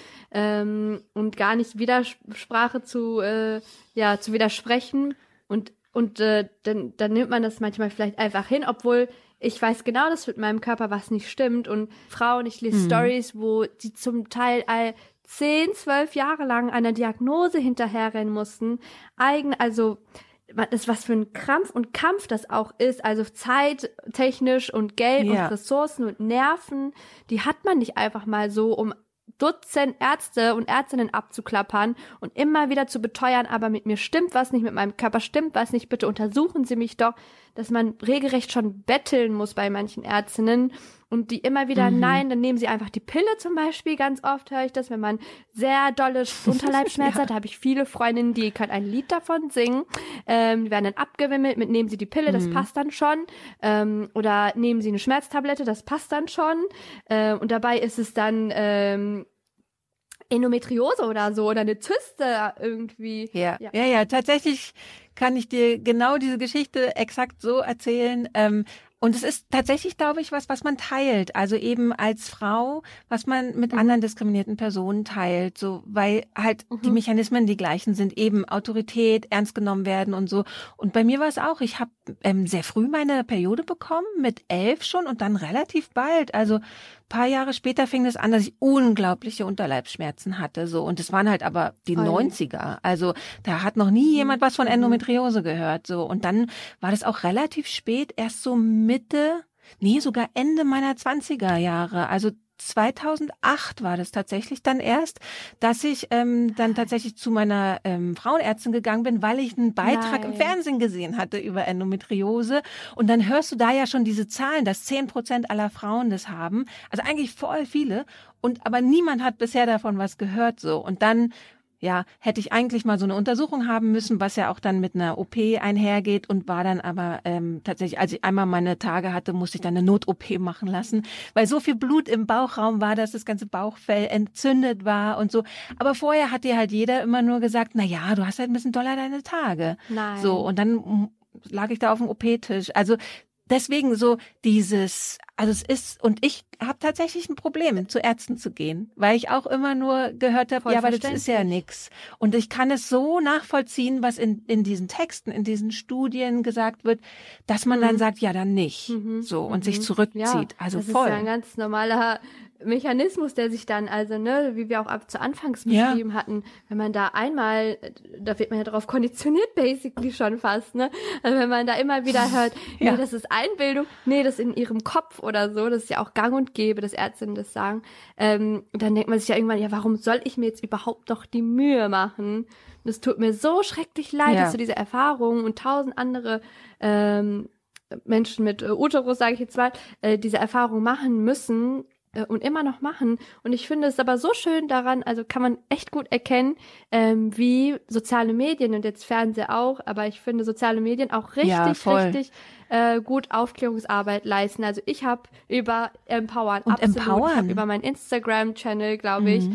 und gar nicht Widersprache zu widersprechen. Und dann nimmt man das manchmal vielleicht einfach hin, obwohl ich weiß genau, dass mit meinem Körper was nicht stimmt. Und Frauen, ich lese Stories, wo sie zum Teil 10, 12 Jahre lang einer Diagnose hinterherrennen mussten. Also das, was für ein Krampf und Kampf das auch ist, also zeittechnisch und Geld und Ressourcen und Nerven, die hat man nicht einfach mal so, um Dutzend Ärzte und Ärztinnen abzuklappern und immer wieder zu beteuern, aber mit mir stimmt was nicht, mit meinem Körper stimmt was nicht, bitte untersuchen Sie mich doch, dass man regelrecht schon betteln muss bei manchen Ärztinnen und die immer wieder, nein, dann nehmen Sie einfach die Pille zum Beispiel, ganz oft höre ich das, wenn man sehr dolle Unterleibsschmerzen hat, da habe ich viele Freundinnen, die können ein Lied davon singen, die werden dann abgewimmelt mit, nehmen Sie die Pille, das passt dann schon, oder nehmen Sie eine Schmerztablette, das passt dann schon, und dabei ist es dann Endometriose oder so oder eine Zyste irgendwie. Ja, tatsächlich kann ich dir genau diese Geschichte exakt so erzählen. Und es ist tatsächlich, glaube ich, was man teilt. Also eben als Frau, was man mit anderen diskriminierten Personen teilt. So, weil halt die Mechanismen die gleichen sind. Eben Autorität, ernst genommen werden und so. Und bei mir war es auch. Ich habe sehr früh meine Periode bekommen, mit 11 schon und dann relativ bald. Also paar Jahre später fing es an, dass ich unglaubliche Unterleibsschmerzen hatte, so. Und das waren halt aber die 90er. Also da hat noch nie jemand was von Endometriose gehört, so. Und dann war das auch relativ spät, erst so sogar Ende meiner 20er Jahre. Also 2008 war das tatsächlich dann erst, dass ich dann tatsächlich zu meiner Frauenärztin gegangen bin, weil ich einen Beitrag im Fernsehen gesehen hatte über Endometriose. Und dann hörst du da ja schon diese Zahlen, dass 10% aller Frauen das haben. Also eigentlich voll viele. Aber niemand hat bisher davon was gehört, so. Und dann hätte ich eigentlich mal so eine Untersuchung haben müssen, was ja auch dann mit einer OP einhergeht, und war dann aber tatsächlich, als ich einmal meine Tage hatte, musste ich dann eine Not-OP machen lassen, weil so viel Blut im Bauchraum war, dass das ganze Bauchfell entzündet war und so. Aber vorher hat dir halt jeder immer nur gesagt, na ja, du hast halt ein bisschen doller deine Tage. Nein. So, und dann lag ich da auf dem OP-Tisch. Also deswegen so und ich habe tatsächlich ein Problem, zu Ärzten zu gehen, weil ich auch immer nur gehört habe, ja, aber das ist ja nix. Und ich kann es so nachvollziehen, was in diesen Texten, in diesen Studien gesagt wird, dass man dann sagt, ja, dann nicht. Und sich zurückzieht. Ja, also das voll. Das ist ja ein ganz normaler Mechanismus, der sich dann, wie wir auch zu Anfangs beschrieben hatten, wenn man da einmal, da wird man ja darauf konditioniert, basically schon fast, ne? Also wenn man da immer wieder hört, nee, das ist Einbildung, nee, das ist in ihrem Kopf oder so, das ist ja auch gang und gäbe, dass Ärztinnen das sagen, dann denkt man sich ja irgendwann, ja, warum soll ich mir jetzt überhaupt noch die Mühe machen? Und es tut mir so schrecklich leid, dass du diese Erfahrungen und 1000 andere Menschen mit Uterus, sage ich jetzt mal, diese Erfahrung machen müssen, und immer noch machen. Und ich finde es aber so schön daran, also kann man echt gut erkennen, wie soziale Medien und jetzt Fernseher auch, aber ich finde soziale Medien auch richtig gut Aufklärungsarbeit leisten. Also ich habe über Empowern, ich habe über meinen Instagram-Channel, glaube ich,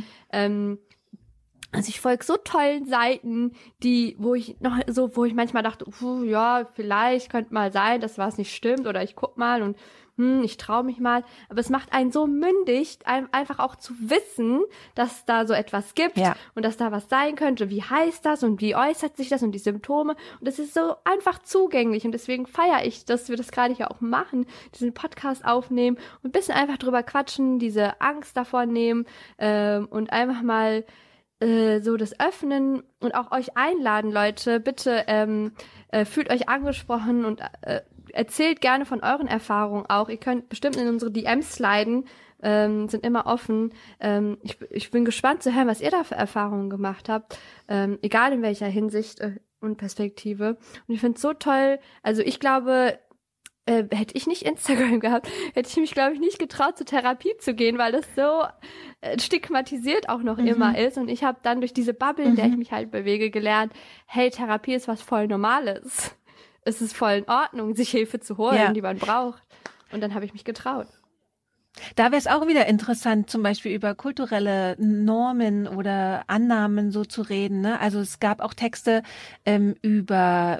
also ich folge so tollen Seiten, wo ich manchmal dachte, vielleicht könnte mal sein, dass was nicht stimmt oder ich guck mal und ich traue mich mal. Aber es macht einen so mündig, einfach auch zu wissen, dass da so etwas gibt und dass da was sein könnte. Wie heißt das und wie äußert sich das und die Symptome? Und das ist so einfach zugänglich und deswegen feiere ich, dass wir das gerade hier auch machen, diesen Podcast aufnehmen und ein bisschen einfach drüber quatschen, diese Angst davor nehmen und einfach mal so das Öffnen und auch euch einladen, Leute, bitte fühlt euch angesprochen und erzählt gerne von euren Erfahrungen auch. Ihr könnt bestimmt in unsere DMs sliden, sind immer offen. Ich bin gespannt zu hören, was ihr da für Erfahrungen gemacht habt, egal in welcher Hinsicht und Perspektive. Und ich finde es so toll, also ich glaube, hätte ich nicht Instagram gehabt, hätte ich mich, glaube ich, nicht getraut, zur Therapie zu gehen, weil das so stigmatisiert auch noch immer ist. Und ich habe dann durch diese Bubble, in der ich mich halt bewege, gelernt, hey, Therapie ist was voll Normales. Es ist voll in Ordnung, sich Hilfe zu holen, die man braucht. Und dann habe ich mich getraut. Da wäre es auch wieder interessant, zum Beispiel über kulturelle Normen oder Annahmen so zu reden, ne? Also es gab auch Texte über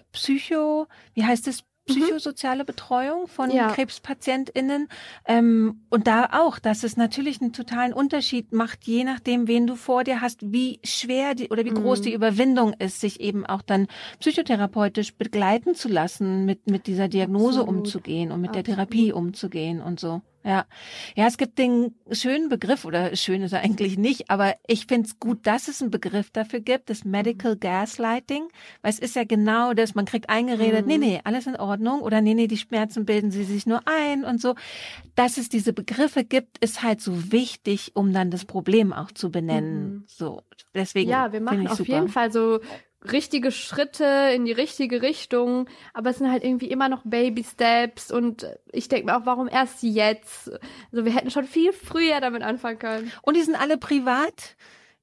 psychosoziale Betreuung von KrebspatientInnen. Und da auch, dass es natürlich einen totalen Unterschied macht, je nachdem, wen du vor dir hast, wie schwer oder wie groß die Überwindung ist, sich eben auch dann psychotherapeutisch begleiten zu lassen, mit dieser Diagnose umzugehen und mit der Therapie umzugehen und so. Ja, es gibt den schönen Begriff, oder schön ist er eigentlich nicht, aber ich finde es gut, dass es einen Begriff dafür gibt, das Medical Gaslighting, weil es ist ja genau das, man kriegt eingeredet, nee, alles in Ordnung, oder nee, die Schmerzen bilden sie sich nur ein und so. Dass es diese Begriffe gibt, ist halt so wichtig, um dann das Problem auch zu benennen. So, deswegen. Ja, wir machen auf jeden Fall so richtige Schritte in die richtige Richtung, aber es sind halt irgendwie immer noch Baby-Steps und ich denke mir auch, warum erst jetzt? Also wir hätten schon viel früher damit anfangen können. Und die sind alle privat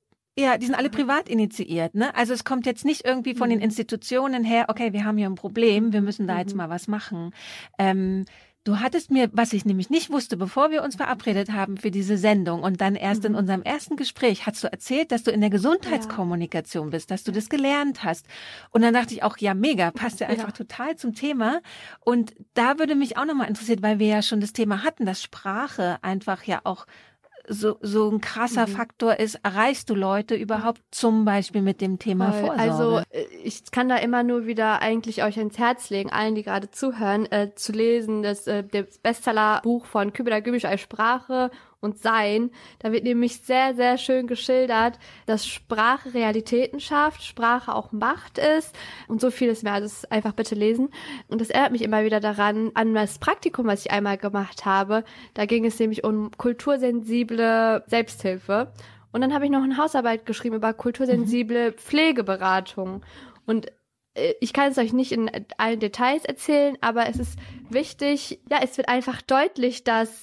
initiiert, ne? Also es kommt jetzt nicht irgendwie von den Institutionen her, okay, wir haben hier ein Problem, wir müssen da jetzt mal was machen. Du hattest mir, was ich nämlich nicht wusste, bevor wir uns verabredet haben für diese Sendung und dann erst in unserem ersten Gespräch, hast du erzählt, dass du in der Gesundheitskommunikation bist, dass du das gelernt hast. Und dann dachte ich auch, ja mega, passt ja einfach total zum Thema. Und da würde mich auch nochmal interessiert, weil wir ja schon das Thema hatten, dass Sprache einfach ja auch so ein krasser Faktor ist, erreichst du Leute überhaupt zum Beispiel mit dem Thema Vorsorge? Also ich kann da immer nur wieder eigentlich euch ans Herz legen, allen, die gerade zuhören, zu lesen, das Bestsellerbuch von Kübra Gümüş als Sprache und Sein. Da wird nämlich sehr, sehr schön geschildert, dass Sprache Realitäten schafft, Sprache auch Macht ist und so vieles mehr. Also das einfach bitte lesen. Und das erinnert mich immer wieder daran, an das Praktikum, was ich einmal gemacht habe. Da ging es nämlich um kultursensible Selbsthilfe. Und dann habe ich noch eine Hausarbeit geschrieben über kultursensible Pflegeberatung. Und ich kann es euch nicht in allen Details erzählen, aber es ist wichtig, ja, es wird einfach deutlich, dass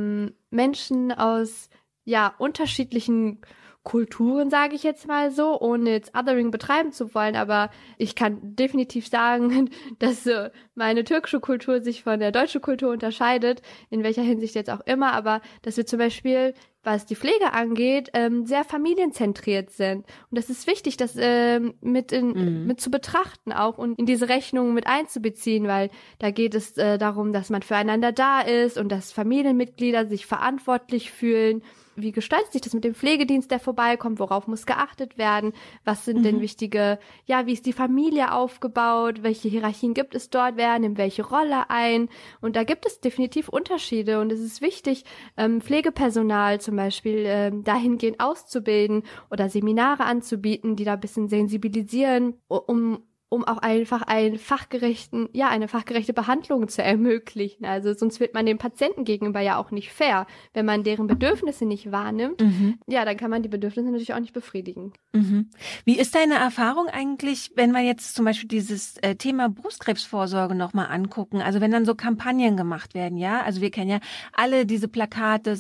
Menschen aus unterschiedlichen Kulturen, sage ich jetzt mal so, ohne jetzt Othering betreiben zu wollen, aber ich kann definitiv sagen, dass meine türkische Kultur sich von der deutschen Kultur unterscheidet, in welcher Hinsicht jetzt auch immer, aber dass wir zum Beispiel, was die Pflege angeht, sehr familienzentriert sind. Und das ist wichtig, das mit zu betrachten auch und in diese Rechnung mit einzubeziehen, weil da geht es darum, dass man füreinander da ist und dass Familienmitglieder sich verantwortlich fühlen. Wie gestaltet sich das mit dem Pflegedienst, der vorbeikommt? Worauf muss geachtet werden? Was sind denn wichtige, wie ist die Familie aufgebaut? Welche Hierarchien gibt es dort? Wer nimmt welche Rolle ein? Und da gibt es definitiv Unterschiede. Und es ist wichtig, Pflegepersonal zum Beispiel dahingehend auszubilden oder Seminare anzubieten, die da ein bisschen sensibilisieren, um auch einfach eine fachgerechte Behandlung zu ermöglichen. Also sonst wird man dem Patienten gegenüber ja auch nicht fair. Wenn man deren Bedürfnisse nicht wahrnimmt, dann kann man die Bedürfnisse natürlich auch nicht befriedigen. Wie ist deine Erfahrung eigentlich, wenn wir jetzt zum Beispiel dieses Thema Brustkrebsvorsorge nochmal angucken? Also wenn dann so Kampagnen gemacht werden, ja? Also wir kennen ja alle diese Plakate,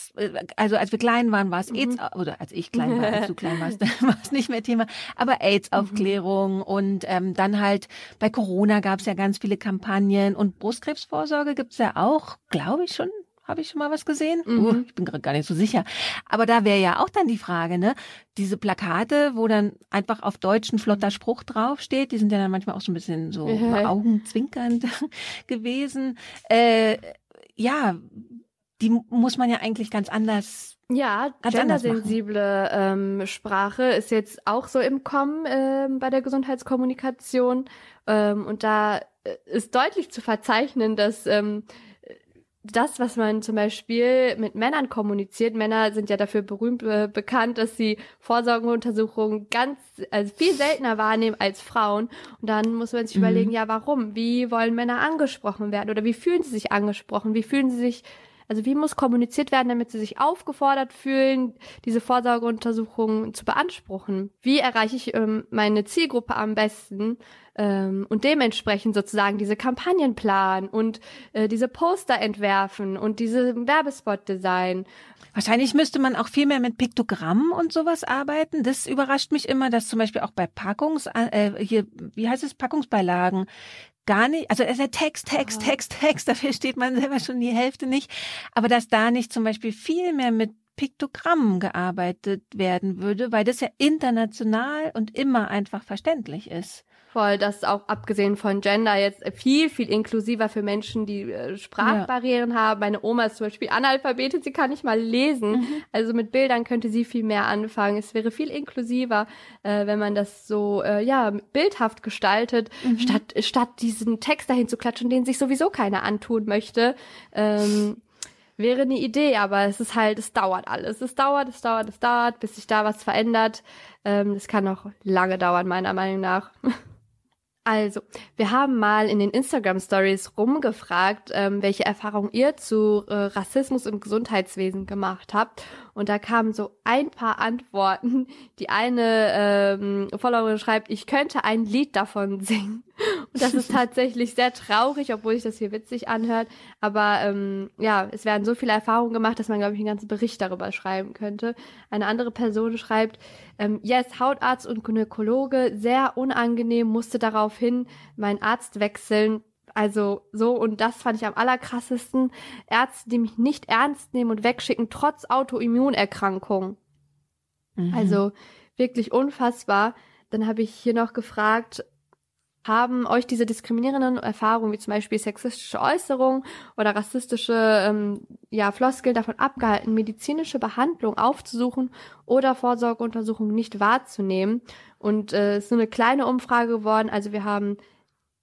also als wir klein waren, war es AIDS, oder als ich klein war, als du klein warst, war es nicht mehr Thema, aber AIDS-Aufklärung und dann halt bei Corona gab es ja ganz viele Kampagnen und Brustkrebsvorsorge gibt's ja auch, glaube ich schon. Habe ich schon mal was gesehen? Ich bin gerade gar nicht so sicher. Aber da wäre ja auch dann die Frage, ne? Diese Plakate, wo dann einfach auf Deutsch ein flotter Spruch draufsteht, die sind ja dann manchmal auch so ein bisschen so augenzwinkernd gewesen. Die muss man ja eigentlich ganz anders. Ja, gendersensible Sprache ist jetzt auch so im Kommen bei der Gesundheitskommunikation. Und da ist deutlich zu verzeichnen, dass das, was man zum Beispiel mit Männern kommuniziert, Männer sind ja dafür bekannt, dass sie Vorsorgeuntersuchungen viel seltener wahrnehmen als Frauen. Und dann muss man sich überlegen, warum? Wie wollen Männer angesprochen werden? Oder wie fühlen sie sich angesprochen? Wie muss kommuniziert werden, damit sie sich aufgefordert fühlen, diese Vorsorgeuntersuchungen zu beanspruchen? Wie erreiche ich meine Zielgruppe am besten und dementsprechend sozusagen diese Kampagnen planen und diese Poster entwerfen und diese Werbespot designen? Wahrscheinlich müsste man auch viel mehr mit Piktogrammen und sowas arbeiten. Das überrascht mich immer, dass zum Beispiel auch bei Packungsbeilagen gar nicht, also es ist ja Text, dafür steht man selber schon die Hälfte nicht, aber dass da nicht zum Beispiel viel mehr mit Piktogrammen gearbeitet werden würde, weil das ja international und immer einfach verständlich ist. Voll, das auch abgesehen von Gender jetzt viel, viel inklusiver für Menschen, die Sprachbarrieren haben. Meine Oma ist zum Beispiel Analphabetin, sie kann nicht mal lesen. Also mit Bildern könnte sie viel mehr anfangen. Es wäre viel inklusiver, wenn man das so bildhaft gestaltet, statt diesen Text dahin zu klatschen, den sich sowieso keiner antun möchte. Wäre eine Idee, aber es ist halt, es dauert alles. Es dauert, bis sich da was verändert. Das kann noch lange dauern, meiner Meinung nach. Also, wir haben mal in den Instagram-Stories rumgefragt, welche Erfahrungen ihr zu Rassismus im Gesundheitswesen gemacht habt. Und da kamen so ein paar Antworten. Die eine Followerin schreibt, ich könnte ein Lied davon singen. Und das ist tatsächlich sehr traurig, obwohl sich das hier witzig anhört. Aber es werden so viele Erfahrungen gemacht, dass man, glaube ich, einen ganzen Bericht darüber schreiben könnte. Eine andere Person schreibt, yes, Hautarzt und Gynäkologe, sehr unangenehm, musste daraufhin meinen Arzt wechseln. Also so, und das fand ich am allerkrassesten. Ärzte, die mich nicht ernst nehmen und wegschicken, trotz Autoimmunerkrankung. Also wirklich unfassbar. Dann habe ich hier noch gefragt, haben euch diese diskriminierenden Erfahrungen, wie zum Beispiel sexistische Äußerungen oder rassistische Floskeln davon abgehalten, medizinische Behandlung aufzusuchen oder Vorsorgeuntersuchungen nicht wahrzunehmen? Und es ist so eine kleine Umfrage geworden. Also wir haben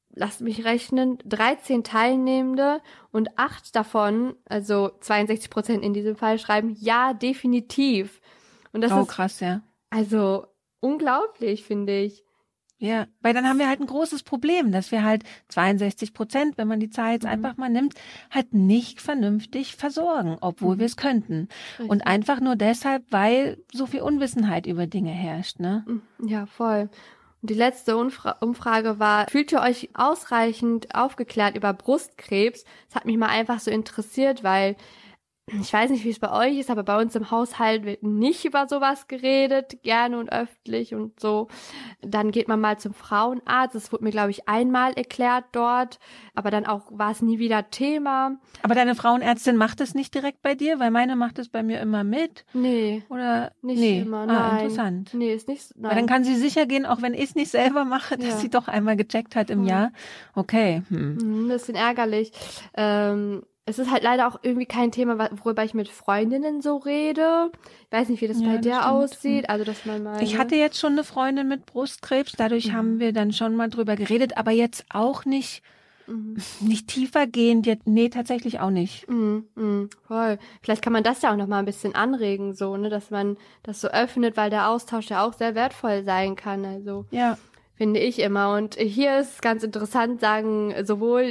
lasst mich rechnen, 13 Teilnehmende und 8 davon, also 62% in diesem Fall, schreiben ja, definitiv. Und das ist krass, ja. also unglaublich, finde ich. Ja, weil dann haben wir halt ein großes Problem, dass wir halt 62%, wenn man die Zahl jetzt einfach mal nimmt, halt nicht vernünftig versorgen, obwohl wir es könnten. Richtig. Und einfach nur deshalb, weil so viel Unwissenheit über Dinge herrscht, ne? Ja, voll. Und die letzte Umfrage war, fühlt ihr euch ausreichend aufgeklärt über Brustkrebs? Das hat mich mal einfach so interessiert, weil ich weiß nicht, wie es bei euch ist, aber bei uns im Haushalt wird nicht über sowas geredet, gerne und öffentlich und so. Dann geht man mal zum Frauenarzt. Das wurde mir, glaube ich, einmal erklärt dort, aber dann auch war es nie wieder Thema. Aber deine Frauenärztin macht es nicht direkt bei dir? Weil meine macht es bei mir immer mit. Nee. Oder? Nicht Nee. immer, nein. Interessant. Nee, ist nicht so. Weil dann kann sie sicher gehen, auch wenn ich es nicht selber mache, dass sie doch einmal gecheckt hat im Jahr. Okay. Ein bisschen ärgerlich. Es ist halt leider auch irgendwie kein Thema, worüber ich mit Freundinnen so rede. Ich weiß nicht, wie das bei dir aussieht. Also, dass man mal. Ich hatte jetzt schon eine Freundin mit Brustkrebs, dadurch haben wir dann schon mal drüber geredet, aber jetzt auch nicht tiefergehend. Nee, tatsächlich auch nicht. Voll. Vielleicht kann man das ja auch noch mal ein bisschen anregen, so, ne, dass man das so öffnet, weil der Austausch ja auch sehr wertvoll sein kann. Also. Ja. Finde ich immer. Und hier ist ganz interessant, sagen sowohl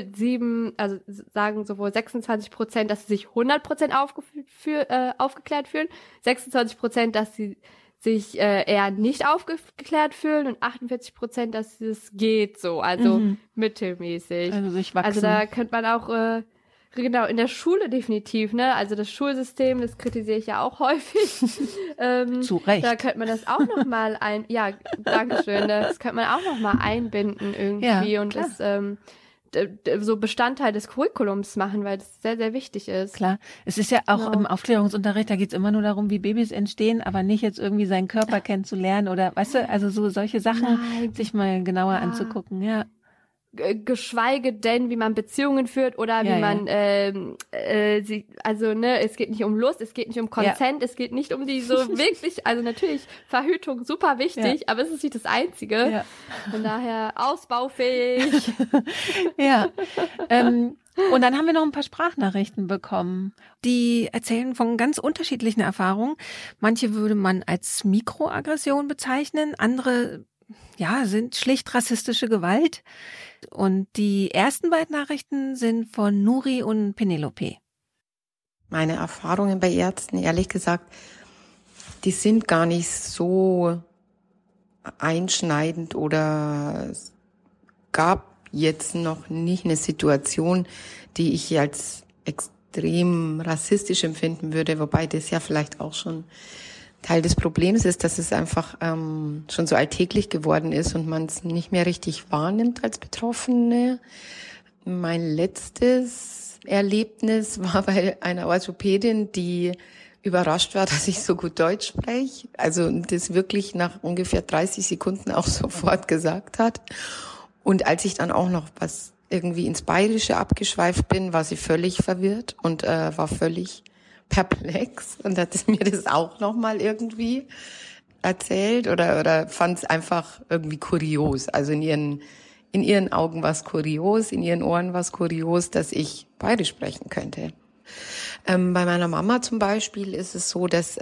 26%, dass sie sich 100% aufgeklärt fühlen, 26%, dass sie sich eher nicht aufgeklärt fühlen und 48%, dass es geht so, also mittelmäßig. Also sich wachsen. Also da könnte man auch genau, in der Schule definitiv, ne? Also das Schulsystem, das kritisiere ich ja auch häufig. Zu Recht. Da könnte man das auch nochmal Dankeschön, das könnte man auch nochmal einbinden irgendwie und klar. das so Bestandteil des Curriculums machen, weil das sehr, sehr wichtig ist. Klar, es ist ja auch im Aufklärungsunterricht, da geht's immer nur darum, wie Babys entstehen, aber nicht jetzt irgendwie seinen Körper kennenzulernen oder, weißt du, also so solche Sachen sich mal genauer anzugucken, ja. Geschweige denn, wie man Beziehungen führt oder wie man es geht nicht um Lust, es geht nicht um Consent, es geht nicht um die so wirklich, also natürlich Verhütung super wichtig, aber es ist nicht das Einzige. Ja. Von daher ausbaufähig. Ja. Und dann haben wir noch ein paar Sprachnachrichten bekommen. Die erzählen von ganz unterschiedlichen Erfahrungen. Manche würde man als Mikroaggression bezeichnen, andere sind schlicht rassistische Gewalt. Und die ersten beiden Nachrichten sind von Nuri und Penelope. Meine Erfahrungen bei Ärzten, ehrlich gesagt, die sind gar nicht so einschneidend oder es gab jetzt noch nicht eine Situation, die ich als extrem rassistisch empfinden würde, wobei das ja vielleicht auch schon Teil des Problems ist, dass es einfach schon so alltäglich geworden ist und man es nicht mehr richtig wahrnimmt als Betroffene. Mein letztes Erlebnis war bei einer Orthopädin, die überrascht war, dass ich so gut Deutsch spreche. Also das wirklich nach ungefähr 30 Sekunden auch sofort gesagt hat. Und als ich dann auch noch was irgendwie ins Bayerische abgeschweift bin, war sie völlig verwirrt und war völlig perplex und hat mir das auch nochmal irgendwie erzählt oder fand es einfach irgendwie kurios. Also in ihren Augen war es kurios, in ihren Ohren war es kurios, dass ich Bayerisch sprechen könnte. Bei meiner Mama zum Beispiel ist es so, dass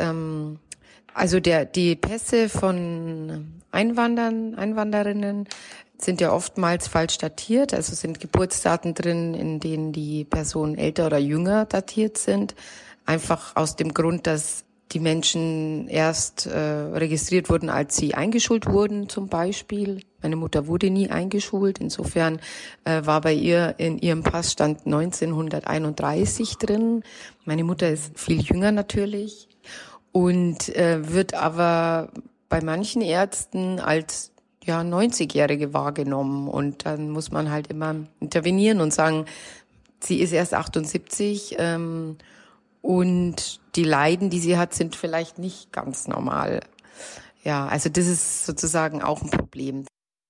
die Pässe von Einwanderinnen sind ja oftmals falsch datiert, also sind Geburtsdaten drin, in denen die Personen älter oder jünger datiert sind. Einfach aus dem Grund, dass die Menschen erst registriert wurden, als sie eingeschult wurden zum Beispiel. Meine Mutter wurde nie eingeschult. Insofern war bei ihr in ihrem Passstand 1931 drin. Meine Mutter ist viel jünger natürlich und wird aber bei manchen Ärzten als 90-Jährige wahrgenommen. Und dann muss man halt immer intervenieren und sagen, sie ist erst 78 und die Leiden, die sie hat, sind vielleicht nicht ganz normal. Ja, also das ist sozusagen auch ein Problem.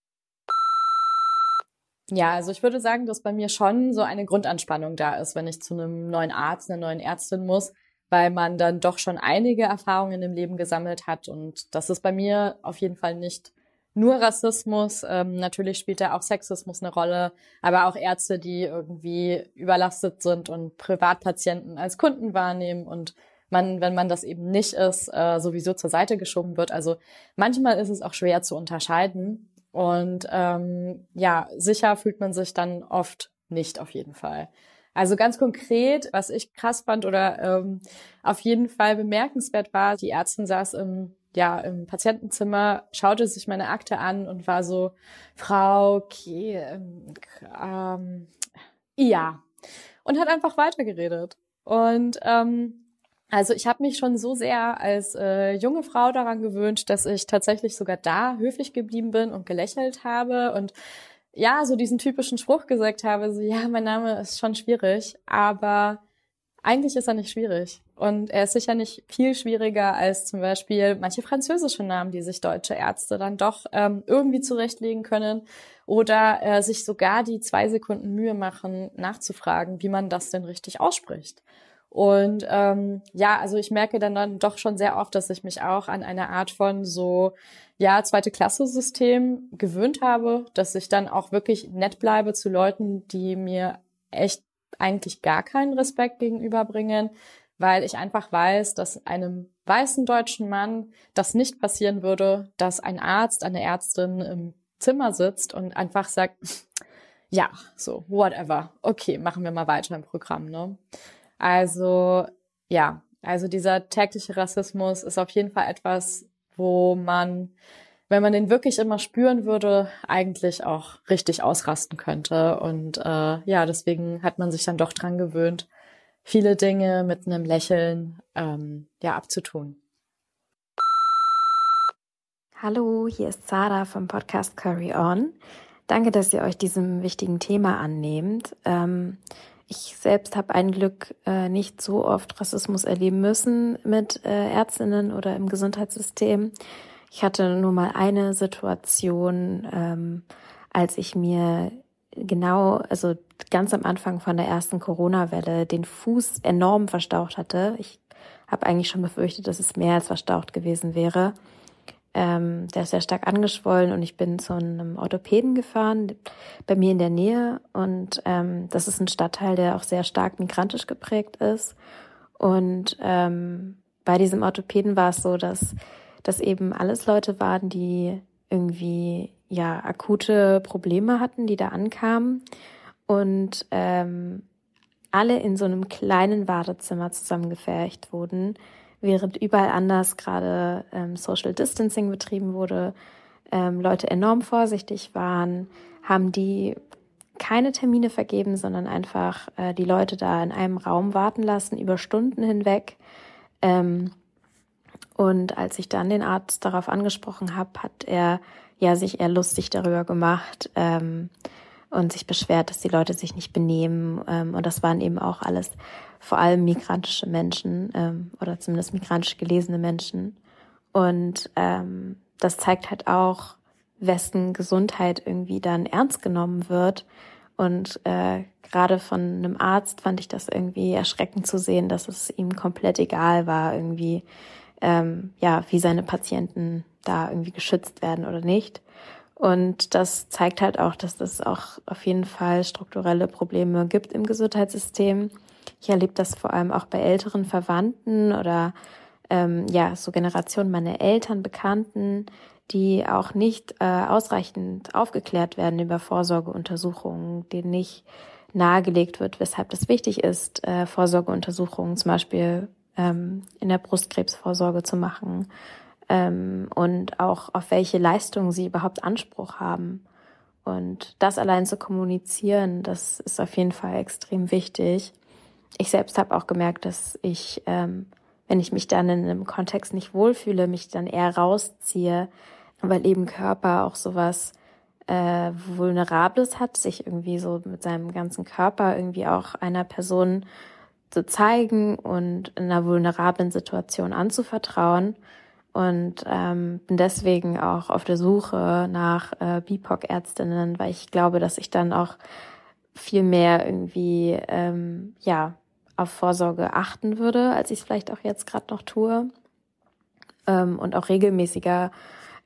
Ja, also ich würde sagen, dass bei mir schon so eine Grundanspannung da ist, wenn ich zu einem neuen Arzt, einer neuen Ärztin muss, weil man dann doch schon einige Erfahrungen im Leben gesammelt hat und das ist bei mir auf jeden Fall nicht nur Rassismus. Natürlich spielt da auch Sexismus eine Rolle, aber auch Ärzte, die irgendwie überlastet sind und Privatpatienten als Kunden wahrnehmen und wenn man das eben nicht ist, sowieso zur Seite geschoben wird. Also manchmal ist es auch schwer zu unterscheiden. Und sicher fühlt man sich dann oft nicht auf jeden Fall. Also ganz konkret, was ich krass fand oder auf jeden Fall bemerkenswert war, die Ärztin saß im Patientenzimmer, schaute sich meine Akte an und war so, Frau, okay, ja. Und hat einfach weitergeredet. Und also ich habe mich schon so sehr als junge Frau daran gewöhnt, dass ich tatsächlich sogar da höflich geblieben bin und gelächelt habe und ja, so diesen typischen Spruch gesagt habe, so ja, mein Name ist schon schwierig, aber eigentlich ist er nicht schwierig. Und er ist sicher nicht viel schwieriger als zum Beispiel manche französische Namen, die sich deutsche Ärzte dann doch irgendwie zurechtlegen können oder sich sogar die 2 Sekunden Mühe machen, nachzufragen, wie man das denn richtig ausspricht. Und also ich merke dann doch schon sehr oft, dass ich mich auch an eine Art von so, zweite Klasse-System gewöhnt habe, dass ich dann auch wirklich nett bleibe zu Leuten, die mir echt eigentlich gar keinen Respekt gegenüberbringen, weil ich einfach weiß, dass einem weißen deutschen Mann das nicht passieren würde, dass ein Arzt, eine Ärztin im Zimmer sitzt und einfach sagt, ja, so, whatever, okay, machen wir mal weiter im Programm, ne? Also dieser tägliche Rassismus ist auf jeden Fall etwas, wo man, wenn man den wirklich immer spüren würde, eigentlich auch richtig ausrasten könnte. Und deswegen hat man sich dann doch dran gewöhnt, viele Dinge mit einem Lächeln abzutun. Hallo, hier ist Sarah vom Podcast Curry On. Danke, dass ihr euch diesem wichtigen Thema annehmt. Ich selbst habe ein Glück nicht so oft Rassismus erleben müssen mit Ärztinnen oder im Gesundheitssystem. Ich hatte nur mal eine Situation, als ich mir ganz am Anfang von der ersten Corona-Welle den Fuß enorm verstaucht hatte. Ich habe eigentlich schon befürchtet, dass es mehr als verstaucht gewesen wäre. Der ist sehr stark angeschwollen und ich bin zu einem Orthopäden gefahren, bei mir in der Nähe. Und das ist ein Stadtteil, der auch sehr stark migrantisch geprägt ist. Und bei diesem Orthopäden war es so, dass das eben alles Leute waren, die irgendwie akute Probleme hatten, die da ankamen. Und alle in so einem kleinen Wartezimmer zusammengefercht wurden, während überall anders gerade Social Distancing betrieben wurde, Leute enorm vorsichtig waren, haben die keine Termine vergeben, sondern einfach die Leute da in einem Raum warten lassen, über Stunden hinweg. Und als ich dann den Arzt darauf angesprochen habe, hat er sich eher lustig darüber gemacht und sich beschwert, dass die Leute sich nicht benehmen. Und das waren eben auch alles vor allem migrantische Menschen oder zumindest migrantisch gelesene Menschen. Und das zeigt halt auch, wessen Gesundheit irgendwie dann ernst genommen wird. Und gerade von einem Arzt fand ich das irgendwie erschreckend zu sehen, dass es ihm komplett egal war, irgendwie wie seine Patienten da irgendwie geschützt werden oder nicht. Und das zeigt halt auch, dass es auch auf jeden Fall strukturelle Probleme gibt im Gesundheitssystem. Ich erlebe das vor allem auch bei älteren Verwandten oder so Generationen meiner Eltern, Bekannten, die auch nicht ausreichend aufgeklärt werden über Vorsorgeuntersuchungen, denen nicht nahegelegt wird, weshalb das wichtig ist, Vorsorgeuntersuchungen zum Beispiel in der Brustkrebsvorsorge zu machen und auch auf welche Leistungen sie überhaupt Anspruch haben. Und das allein zu kommunizieren, das ist auf jeden Fall extrem wichtig. Ich selbst habe auch gemerkt, dass ich, wenn ich mich dann in einem Kontext nicht wohlfühle, mich dann eher rausziehe, weil eben Körper auch sowas Vulnerables hat, sich irgendwie so mit seinem ganzen Körper irgendwie auch einer Person zu zeigen und in einer vulnerablen Situation anzuvertrauen. Und bin deswegen auch auf der Suche nach BIPOC-Ärztinnen, weil ich glaube, dass ich dann auch viel mehr irgendwie auf Vorsorge achten würde, als ich es vielleicht auch jetzt gerade noch tue. Und auch regelmäßiger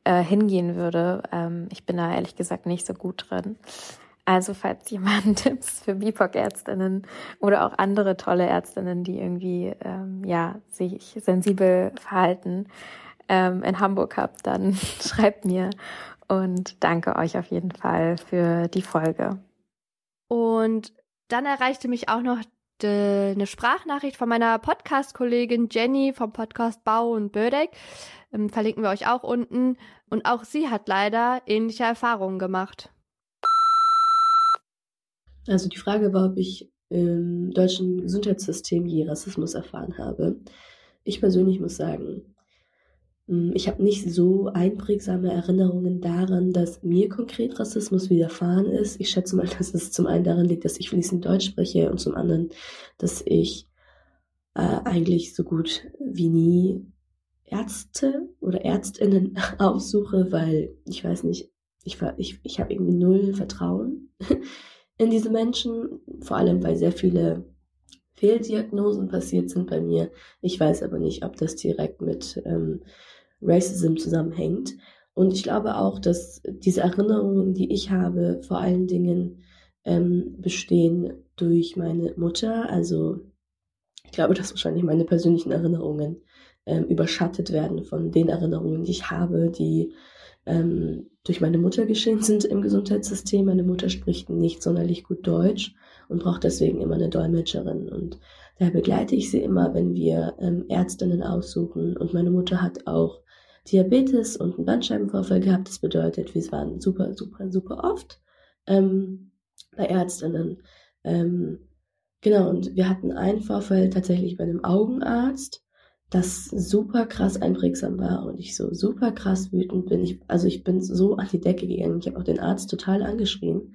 hingehen würde. Ich bin da ehrlich gesagt nicht so gut drin. Also falls jemand Tipps für BIPOC-Ärztinnen oder auch andere tolle Ärztinnen, die irgendwie sich sensibel verhalten, in Hamburg habt, dann schreibt mir und danke euch auf jeden Fall für die Folge. Und dann erreichte mich auch noch eine Sprachnachricht von meiner Podcast-Kollegin Jenny vom Podcast Bau und Bödeck. Verlinken wir euch auch unten. Und auch sie hat leider ähnliche Erfahrungen gemacht. Also die Frage war, ob ich im deutschen Gesundheitssystem je Rassismus erfahren habe. Ich persönlich muss sagen, ich habe nicht so einprägsame Erinnerungen daran, dass mir konkret Rassismus widerfahren ist. Ich schätze mal, dass es zum einen daran liegt, dass ich fließend Deutsch spreche und zum anderen, dass ich eigentlich so gut wie nie Ärzte oder ÄrztInnen aufsuche, weil ich weiß nicht, ich habe irgendwie null Vertrauen in diese Menschen, vor allem weil sehr viele Fehldiagnosen passiert sind bei mir. Ich weiß aber nicht, ob das direkt mit Racism zusammenhängt. Und ich glaube auch, dass diese Erinnerungen, die ich habe, vor allen Dingen bestehen durch meine Mutter. Also ich glaube, dass wahrscheinlich meine persönlichen Erinnerungen überschattet werden von den Erinnerungen, die ich habe, die durch meine Mutter geschehen sind im Gesundheitssystem. Meine Mutter spricht nicht sonderlich gut Deutsch und braucht deswegen immer eine Dolmetscherin. Und daher begleite ich sie immer, wenn wir Ärztinnen aussuchen. Und meine Mutter hat auch Diabetes und einen Bandscheibenvorfall gehabt. Das bedeutet, wir waren super, super, super oft bei Ärztinnen. Genau, und wir hatten einen Vorfall tatsächlich bei einem Augenarzt, das super krass einprägsam war und ich so super krass wütend bin. Ich bin so an die Decke gegangen. Ich habe auch den Arzt total angeschrien,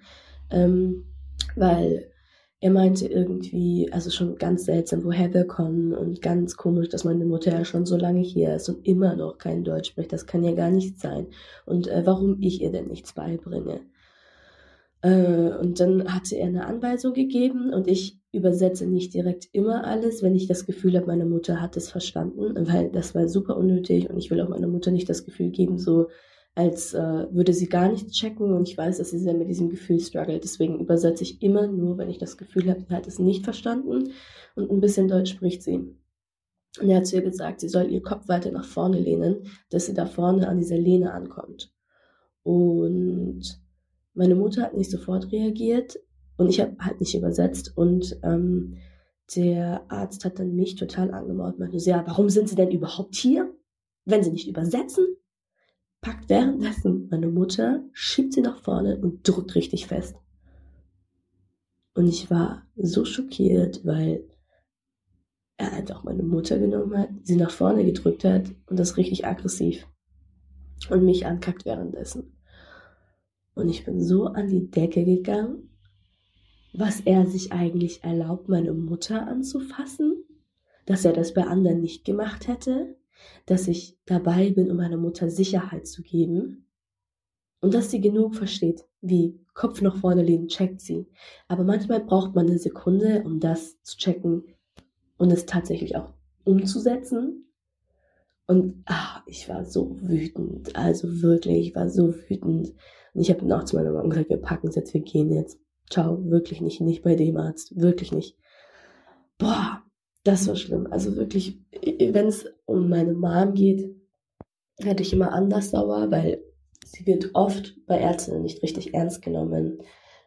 weil er meinte irgendwie, also schon ganz seltsam, woher wir kommen und ganz komisch, dass meine Mutter ja schon so lange hier ist und immer noch kein Deutsch spricht. Das kann ja gar nicht sein. Und warum ich ihr denn nichts beibringe. Und dann hatte er eine Anweisung gegeben und ich übersetze nicht direkt immer alles, wenn ich das Gefühl habe, meine Mutter hat es verstanden, weil das war super unnötig und ich will auch meiner Mutter nicht das Gefühl geben, so als würde sie gar nichts checken und ich weiß, dass sie sehr mit diesem Gefühl struggelt. Deswegen übersetze ich immer nur, wenn ich das Gefühl habe, sie hat es nicht verstanden und ein bisschen Deutsch spricht sie. Und er hat zu ihr gesagt, sie soll ihr Kopf weiter nach vorne lehnen, dass sie da vorne an dieser Lehne ankommt. Und meine Mutter hat nicht sofort reagiert und ich habe halt nicht übersetzt und der Arzt hat dann mich total angemault und meinte so, ja, warum sind Sie denn überhaupt hier, wenn Sie nicht übersetzen? Packt währenddessen meine Mutter, schiebt sie nach vorne und drückt richtig fest. Und ich war so schockiert, weil er einfach meine Mutter genommen hat, sie nach vorne gedrückt hat und das richtig aggressiv und mich ankackt währenddessen. Und ich bin so an die Decke gegangen, was er sich eigentlich erlaubt, meine Mutter anzufassen, dass er das bei anderen nicht gemacht hätte, dass ich dabei bin, um meiner Mutter Sicherheit zu geben und dass sie genug versteht, wie Kopf nach vorne lehnen, checkt sie. Aber manchmal braucht man eine Sekunde, um das zu checken und es tatsächlich auch umzusetzen. Und ich war so wütend, also wirklich, ich war so wütend. Und ich habe dann auch zu meiner Mama gesagt, wir packen es jetzt, wir gehen jetzt. Ciao, wirklich nicht bei dem Arzt, wirklich nicht. Boah, das war schlimm. Also wirklich, wenn es um meine Mom geht, werde ich immer anders sauer, weil sie wird oft bei Ärztinnen nicht richtig ernst genommen.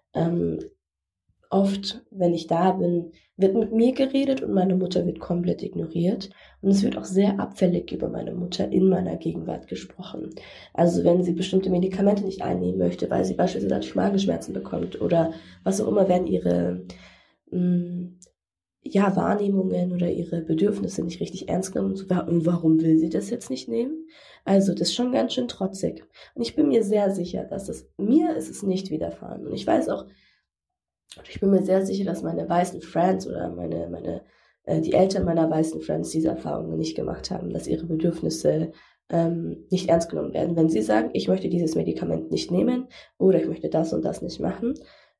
Oft, wenn ich da bin, wird mit mir geredet und meine Mutter wird komplett ignoriert. Und es wird auch sehr abfällig über meine Mutter in meiner Gegenwart gesprochen. Also wenn sie bestimmte Medikamente nicht einnehmen möchte, weil sie beispielsweise dadurch Magenschmerzen bekommt oder was auch immer, werden ihre Wahrnehmungen oder ihre Bedürfnisse nicht richtig ernst genommen. Und warum will sie das jetzt nicht nehmen? Also das ist schon ganz schön trotzig. Und ich bin mir sehr sicher, dass mir ist es nicht widerfahren. Und ich weiß auch, ich bin mir sehr sicher, dass meine weißen Friends oder die Eltern meiner weißen Friends diese Erfahrungen nicht gemacht haben, dass ihre Bedürfnisse nicht ernst genommen werden. Wenn sie sagen, ich möchte dieses Medikament nicht nehmen oder ich möchte das und das nicht machen,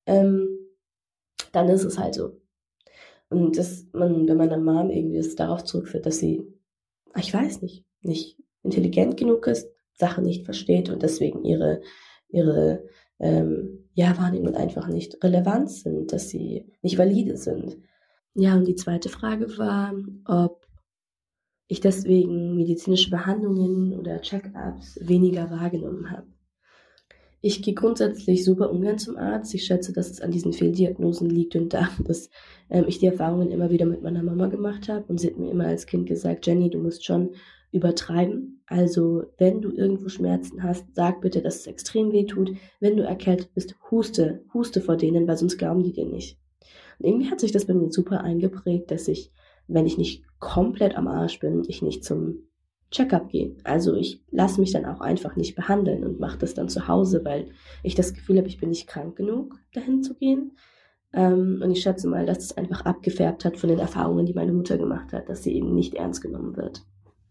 dann ist es halt so. Und dass man bei meiner Mom irgendwie das darauf zurückführt, dass sie, ich weiß nicht intelligent genug ist, Sache nicht versteht und deswegen ihre Wahrnehmungen einfach nicht relevant sind, dass sie nicht valide sind. Ja, und die zweite Frage war, ob ich deswegen medizinische Behandlungen oder Check-ups weniger wahrgenommen habe. Ich gehe grundsätzlich super ungern zum Arzt. Ich schätze, dass es an diesen Fehldiagnosen liegt und daran, dass ich die Erfahrungen immer wieder mit meiner Mama gemacht habe. Und sie hat mir immer als Kind gesagt, Jenny, du musst schon übertreiben. Also wenn du irgendwo Schmerzen hast, sag bitte, dass es extrem weh tut. Wenn du erkältet bist, huste vor denen, weil sonst glauben die dir nicht. Und irgendwie hat sich das bei mir super eingeprägt, dass ich, wenn ich nicht komplett am Arsch bin, ich nicht zum Check-up gehe. Also ich lasse mich dann auch einfach nicht behandeln und mache das dann zu Hause, weil ich das Gefühl habe, ich bin nicht krank genug, dahin zu gehen. Und ich schätze mal, dass es einfach abgefärbt hat von den Erfahrungen, die meine Mutter gemacht hat, dass sie eben nicht ernst genommen wird.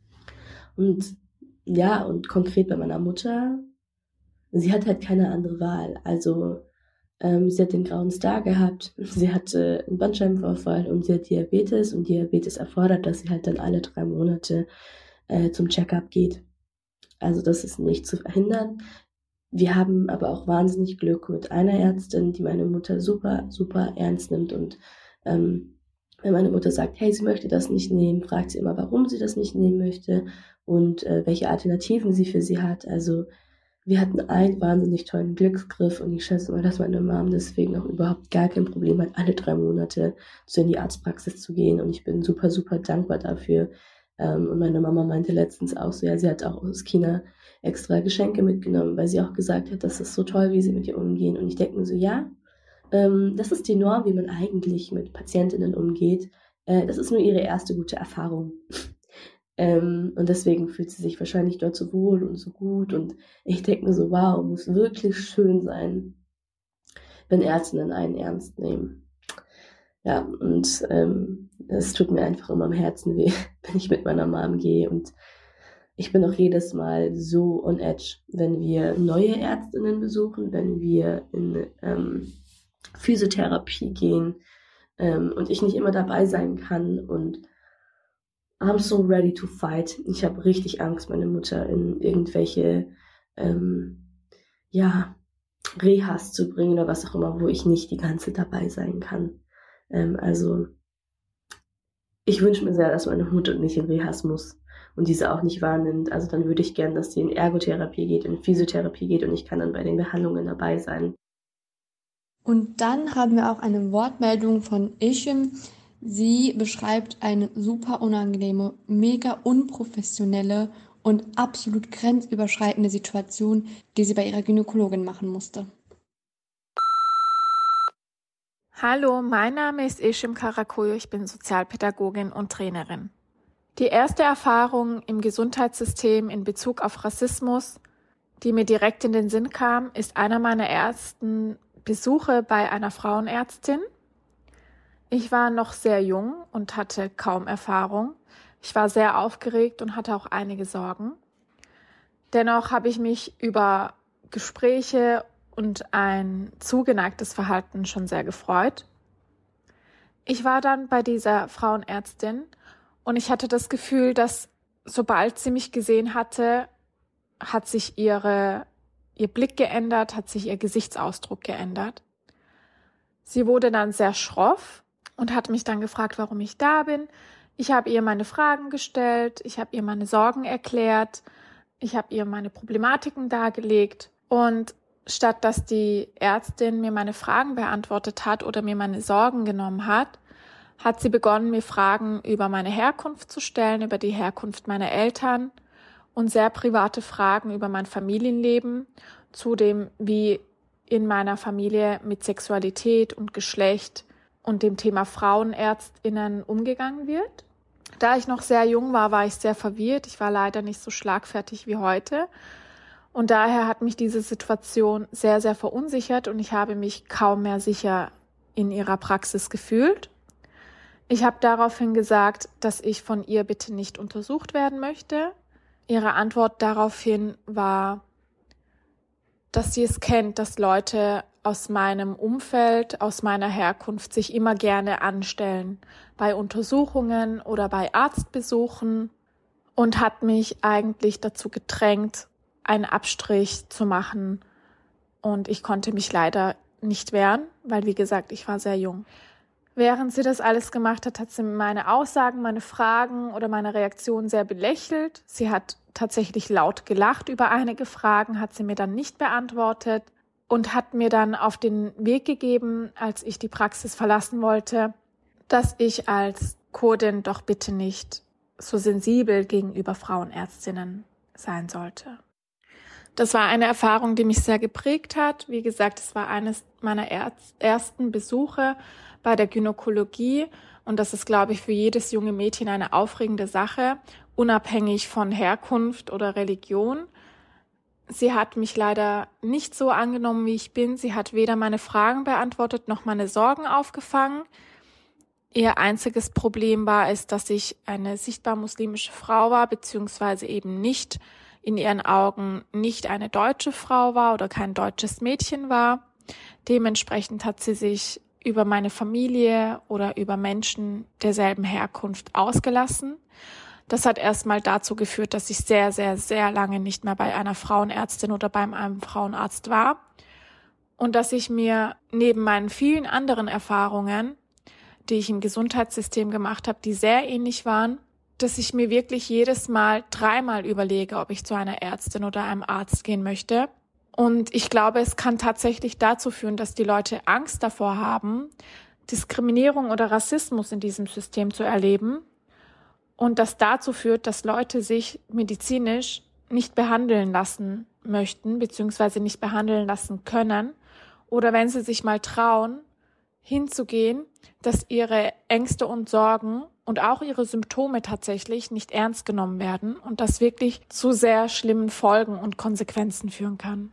Und ja, und konkret bei meiner Mutter, sie hat halt keine andere Wahl. Also sie hat den grauen Star gehabt, sie hatte einen Bandscheibenvorfall und sie hat Diabetes und Diabetes erfordert, dass sie halt dann alle 3 Monate zum Check-up geht. Also das ist nicht zu verhindern. Wir haben aber auch wahnsinnig Glück mit einer Ärztin, die meine Mutter super, super ernst nimmt und wenn meine Mutter sagt, hey, sie möchte das nicht nehmen, fragt sie immer, warum sie das nicht nehmen möchte und welche Alternativen sie für sie hat. Also wir hatten einen wahnsinnig tollen Glücksgriff und ich schätze mal, dass meine Mom deswegen auch überhaupt gar kein Problem hat, alle 3 Monate so in die Arztpraxis zu gehen und ich bin super, super dankbar dafür. Und meine Mama meinte letztens auch so, ja, sie hat auch aus China extra Geschenke mitgenommen, weil sie auch gesagt hat, das ist so toll, wie sie mit ihr umgehen. Und ich denke mir so, ja, das ist die Norm, wie man eigentlich mit Patientinnen umgeht. Das ist nur ihre erste gute Erfahrung. Und deswegen fühlt sie sich wahrscheinlich dort so wohl und so gut. Und ich denke mir so, wow, muss wirklich schön sein, wenn Ärztinnen einen ernst nehmen. Ja, und es tut mir einfach immer am Herzen weh, wenn ich mit meiner Mom gehe. Und ich bin auch jedes Mal so on edge, wenn wir neue Ärztinnen besuchen, wenn wir in Physiotherapie gehen und ich nicht immer dabei sein kann. Und I'm so ready to fight. Ich habe richtig Angst, meine Mutter in irgendwelche Rehas zu bringen oder was auch immer, wo ich nicht die ganze dabei sein kann. Also ich wünsche mir sehr, dass meine Mutter nicht in Rehas muss und diese auch nicht wahrnimmt. Also dann würde ich gern, dass sie in Ergotherapie geht, in Physiotherapie geht und ich kann dann bei den Behandlungen dabei sein. Und dann haben wir auch eine Wortmeldung von Ishim. Sie beschreibt eine super unangenehme, mega unprofessionelle und absolut grenzüberschreitende Situation, die sie bei ihrer Gynäkologin machen musste. Hallo, mein Name ist Ishim Karakoyo, ich bin Sozialpädagogin und Trainerin. Die erste Erfahrung im Gesundheitssystem in Bezug auf Rassismus, die mir direkt in den Sinn kam, ist einer meiner ersten Besuche bei einer Frauenärztin. Ich war noch sehr jung und hatte kaum Erfahrung. Ich war sehr aufgeregt und hatte auch einige Sorgen. Dennoch habe ich mich über Gespräche und ein zugeneigtes Verhalten schon sehr gefreut. Ich war dann bei dieser Frauenärztin und ich hatte das Gefühl, dass sobald sie mich gesehen hatte, hat sich ihr Blick geändert, hat sich ihr Gesichtsausdruck geändert. Sie wurde dann sehr schroff und hat mich dann gefragt, warum ich da bin. Ich habe ihr meine Fragen gestellt, ich habe ihr meine Sorgen erklärt, ich habe ihr meine Problematiken dargelegt und statt dass die Ärztin mir meine Fragen beantwortet hat oder mir meine Sorgen genommen hat, hat sie begonnen, mir Fragen über meine Herkunft zu stellen, über die Herkunft meiner Eltern und sehr private Fragen über mein Familienleben, zudem wie in meiner Familie mit Sexualität und Geschlecht und dem Thema FrauenärztInnen umgegangen wird. Da ich noch sehr jung war, war ich sehr verwirrt. Ich war leider nicht so schlagfertig wie heute. Und daher hat mich diese Situation sehr, sehr verunsichert und ich habe mich kaum mehr sicher in ihrer Praxis gefühlt. Ich habe daraufhin gesagt, dass ich von ihr bitte nicht untersucht werden möchte. Ihre Antwort daraufhin war, dass sie es kennt, dass Leute aus meinem Umfeld, aus meiner Herkunft sich immer gerne anstellen bei Untersuchungen oder bei Arztbesuchen und hat mich eigentlich dazu gedrängt, einen Abstrich zu machen. Und ich konnte mich leider nicht wehren, weil, wie gesagt, ich war sehr jung. Während sie das alles gemacht hat, hat sie meine Aussagen, meine Fragen oder meine Reaktionen sehr belächelt. Sie hat tatsächlich laut gelacht über einige Fragen, hat sie mir dann nicht beantwortet und hat mir dann auf den Weg gegeben, als ich die Praxis verlassen wollte, dass ich als Kurdin doch bitte nicht so sensibel gegenüber Frauenärztinnen sein sollte. Das war eine Erfahrung, die mich sehr geprägt hat. Wie gesagt, es war eines meiner ersten Besuche bei der Gynäkologie und das ist, glaube ich, für jedes junge Mädchen eine aufregende Sache, unabhängig von Herkunft oder Religion. Sie hat mich leider nicht so angenommen, wie ich bin. Sie hat weder meine Fragen beantwortet noch meine Sorgen aufgefangen. Ihr einziges Problem war es, dass ich eine sichtbar muslimische Frau war, beziehungsweise eben nicht in ihren Augen nicht eine deutsche Frau war oder kein deutsches Mädchen war. Dementsprechend hat sie sich über meine Familie oder über Menschen derselben Herkunft ausgelassen. Das hat erstmal dazu geführt, dass ich sehr, sehr, sehr lange nicht mehr bei einer Frauenärztin oder bei einem Frauenarzt war und dass ich mir neben meinen vielen anderen Erfahrungen, die ich im Gesundheitssystem gemacht habe, die sehr ähnlich waren, dass ich mir wirklich jedes Mal 3-mal überlege, ob ich zu einer Ärztin oder einem Arzt gehen möchte. Und ich glaube, es kann tatsächlich dazu führen, dass die Leute Angst davor haben, Diskriminierung oder Rassismus in diesem System zu erleben. Und das dazu führt, dass Leute sich medizinisch nicht behandeln lassen möchten, beziehungsweise nicht behandeln lassen können. Oder wenn sie sich mal trauen, hinzugehen, dass ihre Ängste und Sorgen und auch ihre Symptome tatsächlich nicht ernst genommen werden und das wirklich zu sehr schlimmen Folgen und Konsequenzen führen kann.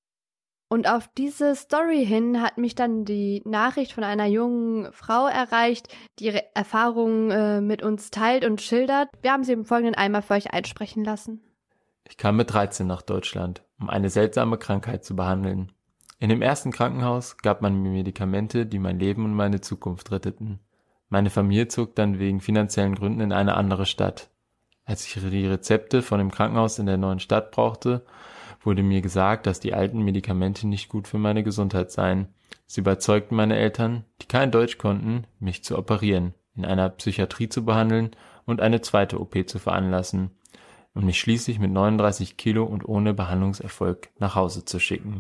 Und auf diese Story hin hat mich dann die Nachricht von einer jungen Frau erreicht, die ihre Erfahrungen mit uns teilt und schildert. Wir haben sie im Folgenden einmal für euch einsprechen lassen. Ich kam mit 13 nach Deutschland, um eine seltsame Krankheit zu behandeln. In dem ersten Krankenhaus gab man mir Medikamente, die mein Leben und meine Zukunft retteten. Meine Familie zog dann wegen finanziellen Gründen in eine andere Stadt. Als ich die Rezepte von dem Krankenhaus in der neuen Stadt brauchte, wurde mir gesagt, dass die alten Medikamente nicht gut für meine Gesundheit seien. Sie überzeugten meine Eltern, die kein Deutsch konnten, mich zu operieren, in einer Psychiatrie zu behandeln und eine zweite OP zu veranlassen und mich schließlich mit 39 Kilo und ohne Behandlungserfolg nach Hause zu schicken.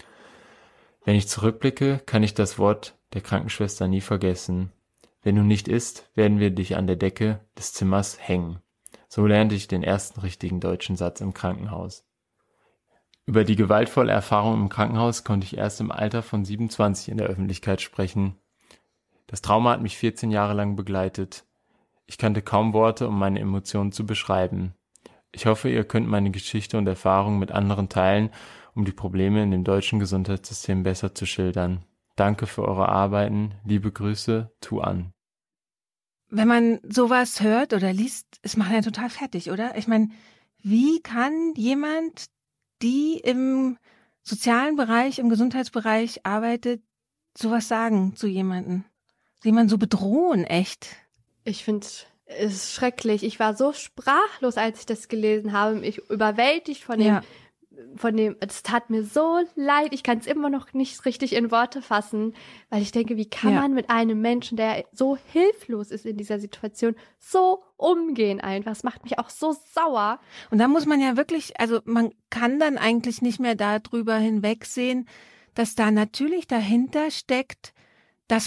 Wenn ich zurückblicke, kann ich das Wort der Krankenschwester nie vergessen. Wenn du nicht isst, werden wir dich an der Decke des Zimmers hängen. So lernte ich den ersten richtigen deutschen Satz im Krankenhaus. Über die gewaltvolle Erfahrung im Krankenhaus konnte ich erst im Alter von 27 in der Öffentlichkeit sprechen. Das Trauma hat mich 14 Jahre lang begleitet. Ich kannte kaum Worte, um meine Emotionen zu beschreiben. Ich hoffe, ihr könnt meine Geschichte und Erfahrungen mit anderen teilen, um die Probleme in dem deutschen Gesundheitssystem besser zu schildern. Danke für eure Arbeiten. Liebe Grüße, Tuan. Wenn man sowas hört oder liest, es macht einen total fertig, oder? Ich meine, wie kann jemand, die im sozialen Bereich, im Gesundheitsbereich arbeitet, sowas sagen zu jemandem? Jemanden so bedrohen, echt? Ich finde es schrecklich. Ich war so sprachlos, als ich das gelesen habe. Ich überwältigt von dem, es tat mir so leid, ich kann es immer noch nicht richtig in Worte fassen, weil ich denke, wie kann man mit einem Menschen, der so hilflos ist in dieser Situation, so umgehen einfach? Es macht mich auch so sauer. Und da muss man ja wirklich, also man kann dann eigentlich nicht mehr darüber hinwegsehen, dass da natürlich dahinter steckt, dass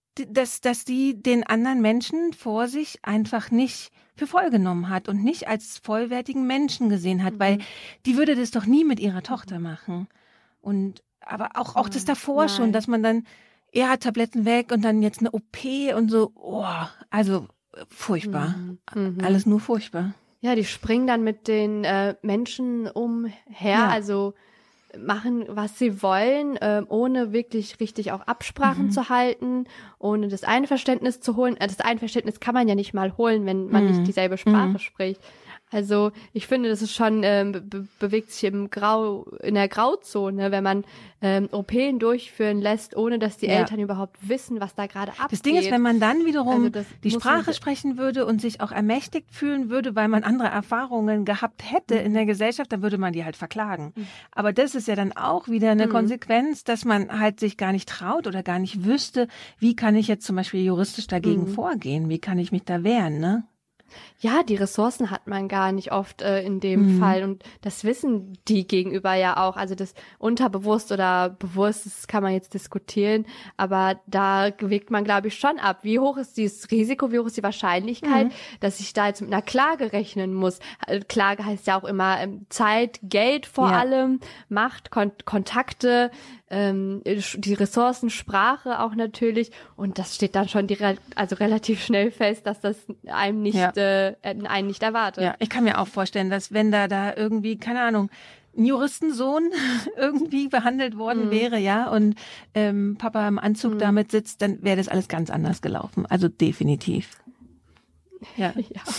die den anderen Menschen vor sich einfach nicht für voll genommen hat und nicht als vollwertigen Menschen gesehen hat, weil die würde das doch nie mit ihrer Tochter machen. Und aber auch das davor schon, dass man dann, Tabletten weg und dann jetzt eine OP und so, also furchtbar. Alles nur furchtbar. Ja, die springen dann mit den Menschen umher, also machen, was sie wollen, ohne wirklich richtig auch Absprachen zu halten, ohne das Einverständnis zu holen. Das Einverständnis kann man ja nicht mal holen, wenn man nicht dieselbe Sprache spricht. Also ich finde, das ist schon, bewegt sich in der Grauzone, wenn man OPen durchführen lässt, ohne dass die Eltern überhaupt wissen, was da gerade abgeht. Das Ding ist, wenn man dann wiederum die Sprache sprechen würde und sich auch ermächtigt fühlen würde, weil man andere Erfahrungen gehabt hätte in der Gesellschaft, dann würde man die halt verklagen. Aber das ist ja dann auch wieder eine Konsequenz, dass man halt sich gar nicht traut oder gar nicht wüsste, wie kann ich jetzt zum Beispiel juristisch dagegen vorgehen, wie kann ich mich da wehren, ne? Ja, die Ressourcen hat man gar nicht oft in dem Fall und das wissen die Gegenüber ja auch. Also das unterbewusst oder bewusst, das kann man jetzt diskutieren, aber da wägt man, glaube ich, schon ab. Wie hoch ist dieses Risiko, wie hoch ist die Wahrscheinlichkeit, dass ich da jetzt mit einer Klage rechnen muss? Klage heißt ja auch immer Zeit, Geld vor allem, Macht, Kontakte, die Ressourcen, Sprache auch natürlich und das steht dann schon relativ schnell fest, dass das einen nicht erwartet. Ja, ich kann mir auch vorstellen, dass wenn da irgendwie, keine Ahnung, ein Juristensohn irgendwie behandelt worden wäre, ja, und Papa im Anzug damit sitzt, dann wäre das alles ganz anders gelaufen. Also definitiv. Ja.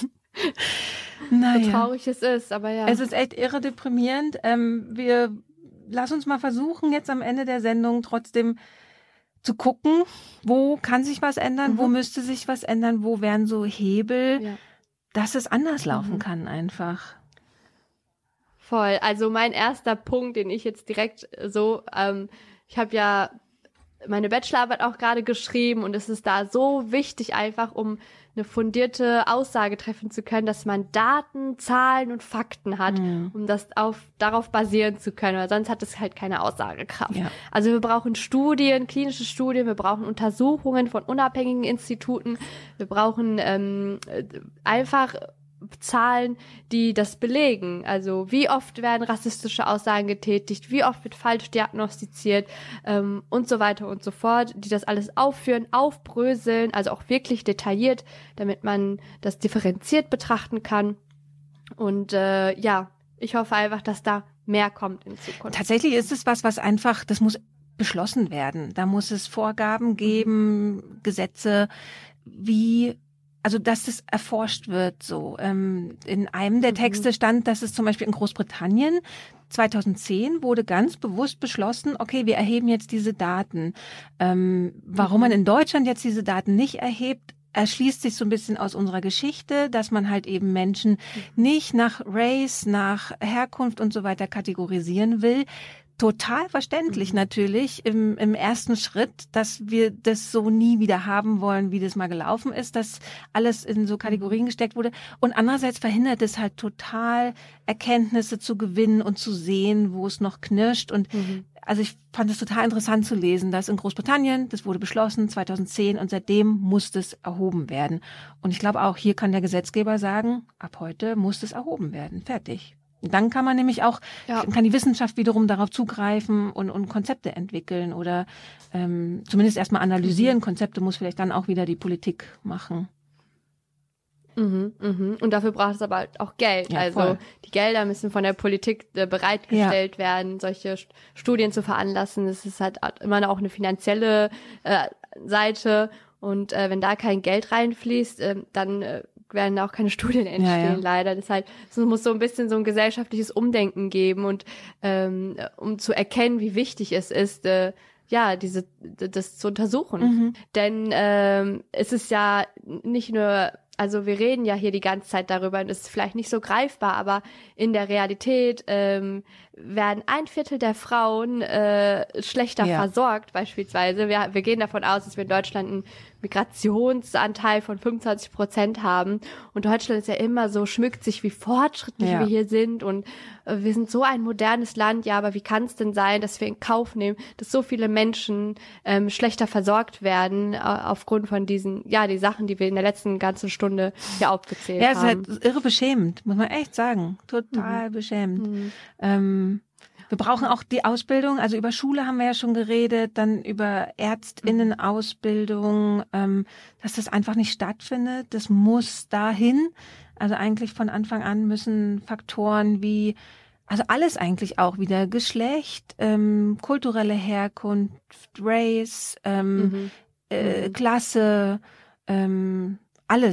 Naja. So traurig es ist, aber ja. Es ist echt irre deprimierend. Lass uns mal versuchen, jetzt am Ende der Sendung trotzdem zu gucken, wo kann sich was ändern, wo müsste sich was ändern, wo wären so Hebel, dass es anders laufen kann einfach. Voll. Also mein erster Punkt, den ich jetzt direkt so, ich habe ja meine Bachelorarbeit auch gerade geschrieben und es ist da so wichtig einfach, um eine fundierte Aussage treffen zu können, dass man Daten, Zahlen und Fakten hat, um das darauf basieren zu können, weil sonst hat es halt keine Aussagekraft. Ja. Also wir brauchen Studien, klinische Studien, wir brauchen Untersuchungen von unabhängigen Instituten, wir brauchen einfach Zahlen, die das belegen. Also wie oft werden rassistische Aussagen getätigt, wie oft wird falsch diagnostiziert und so weiter und so fort, die das alles aufführen, aufbröseln, also auch wirklich detailliert, damit man das differenziert betrachten kann. Und ich hoffe einfach, dass da mehr kommt in Zukunft. Tatsächlich ist es was einfach, das muss beschlossen werden. Da muss es Vorgaben geben, Gesetze, dass es erforscht wird, so. In einem der Texte stand, dass es zum Beispiel in Großbritannien 2010 wurde ganz bewusst beschlossen, okay, wir erheben jetzt diese Daten. Warum man in Deutschland jetzt diese Daten nicht erhebt, erschließt sich so ein bisschen aus unserer Geschichte, dass man halt eben Menschen nicht nach Race, nach Herkunft und so weiter kategorisieren will. Total verständlich natürlich im ersten Schritt, dass wir das so nie wieder haben wollen, wie das mal gelaufen ist, dass alles in so Kategorien gesteckt wurde. Und andererseits verhindert es halt total, Erkenntnisse zu gewinnen und zu sehen, wo es noch knirscht. Und also ich fand es total interessant zu lesen, dass in Großbritannien, das wurde beschlossen 2010 und seitdem muss das erhoben werden. Und ich glaube auch, hier kann der Gesetzgeber sagen, ab heute muss das erhoben werden. Fertig. Dann kann man nämlich auch, kann die Wissenschaft wiederum darauf zugreifen und Konzepte entwickeln oder zumindest erstmal analysieren. Konzepte muss vielleicht dann auch wieder die Politik machen. Und dafür braucht es aber auch Geld. Ja, also voll. Die Gelder müssen von der Politik bereitgestellt werden, solche Studien zu veranlassen. Das ist halt immer auch eine finanzielle Seite. Und wenn da kein Geld reinfließt, dann werden da auch keine Studien entstehen, leider. Deshalb muss so ein bisschen so ein gesellschaftliches Umdenken geben und um zu erkennen, wie wichtig es ist, das zu untersuchen. Denn es ist ja nicht nur, also wir reden ja hier die ganze Zeit darüber und es ist vielleicht nicht so greifbar, aber in der Realität werden 1/4 der Frauen schlechter versorgt beispielsweise. Wir gehen davon aus, dass wir in Deutschland einen Migrationsanteil von 25% haben und Deutschland ist ja immer so, schmückt sich, wie fortschrittlich wir hier sind und wir sind so ein modernes Land, aber wie kann es denn sein, dass wir in Kauf nehmen, dass so viele Menschen schlechter versorgt werden aufgrund von diesen, die Sachen, die wir in der letzten ganzen Stunde hier aufgezählt haben. Ja, es ist halt irre beschämend, muss man echt sagen. Total beschämend. Wir brauchen auch die Ausbildung, also über Schule haben wir ja schon geredet, dann über Ärztinnenausbildung, dass das einfach nicht stattfindet. Das muss dahin. Also eigentlich von Anfang an müssen Faktoren wie, also alles eigentlich auch wieder, Geschlecht, kulturelle Herkunft, Race, Klasse, alles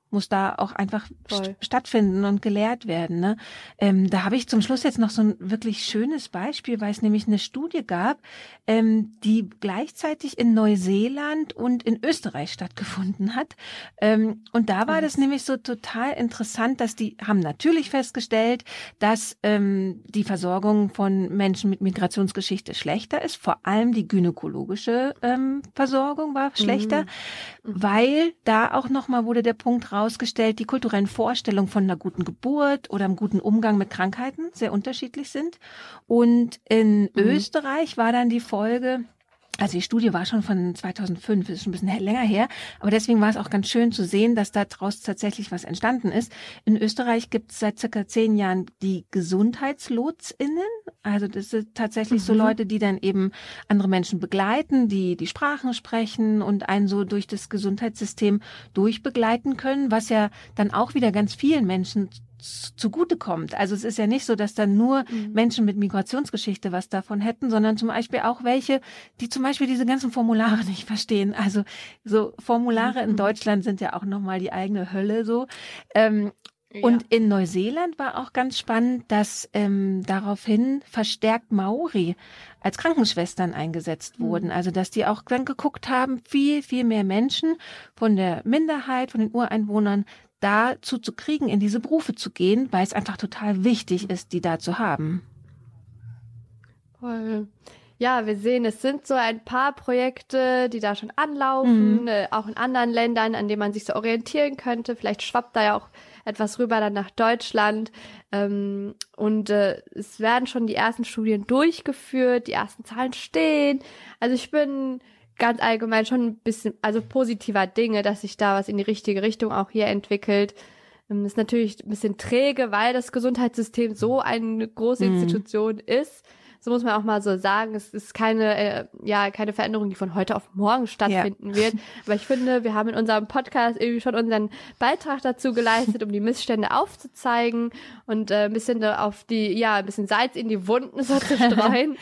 muss da auch einfach stattfinden und gelehrt werden. Ne? Da habe ich zum Schluss jetzt noch so ein wirklich schönes Beispiel, weil es nämlich eine Studie gab, die gleichzeitig in Neuseeland und in Österreich stattgefunden hat. Und da war das nämlich so total interessant, dass die haben natürlich festgestellt, dass die Versorgung von Menschen mit Migrationsgeschichte schlechter ist. Vor allem die gynäkologische Versorgung war schlechter, weil da auch nochmal wurde der Punkt rausgestellt, die kulturellen Vorstellungen von einer guten Geburt oder einem guten Umgang mit Krankheiten sehr unterschiedlich sind. Und in Österreich war dann die Folge, also die Studie war schon von 2005, das ist schon ein bisschen länger her, aber deswegen war es auch ganz schön zu sehen, dass daraus tatsächlich was entstanden ist. In Österreich gibt es seit circa 10 Jahren die GesundheitslotsInnen, also das sind tatsächlich so Leute, die dann eben andere Menschen begleiten, die die Sprachen sprechen und einen so durch das Gesundheitssystem durchbegleiten können, was ja dann auch wieder ganz vielen Menschen zugutekommt. Also es ist ja nicht so, dass dann nur Menschen mit Migrationsgeschichte was davon hätten, sondern zum Beispiel auch welche, die zum Beispiel diese ganzen Formulare nicht verstehen. Also so Formulare in Deutschland sind ja auch nochmal die eigene Hölle so. Und in Neuseeland war auch ganz spannend, dass daraufhin verstärkt Maori als Krankenschwestern eingesetzt wurden. Also dass die auch dann geguckt haben, viel, viel mehr Menschen von der Minderheit, von den Ureinwohnern dazu zu kriegen, in diese Berufe zu gehen, weil es einfach total wichtig ist, die da zu haben. Voll. Ja, wir sehen, es sind so ein paar Projekte, die da schon anlaufen, auch in anderen Ländern, an denen man sich so orientieren könnte. Vielleicht schwappt da ja auch etwas rüber dann nach Deutschland. Und es werden schon die ersten Studien durchgeführt, die ersten Zahlen stehen. Also ich bin ganz allgemein schon ein bisschen, also positiver Dinge, dass sich da was in die richtige Richtung auch hier entwickelt. Ist natürlich ein bisschen träge, weil das Gesundheitssystem so eine große Institution ist. So muss man auch mal so sagen. Es ist keine Veränderung, die von heute auf morgen stattfinden wird. Aber ich finde, wir haben in unserem Podcast irgendwie schon unseren Beitrag dazu geleistet, um die Missstände aufzuzeigen und ein bisschen auf die, ein bisschen Salz in die Wunden so zu streuen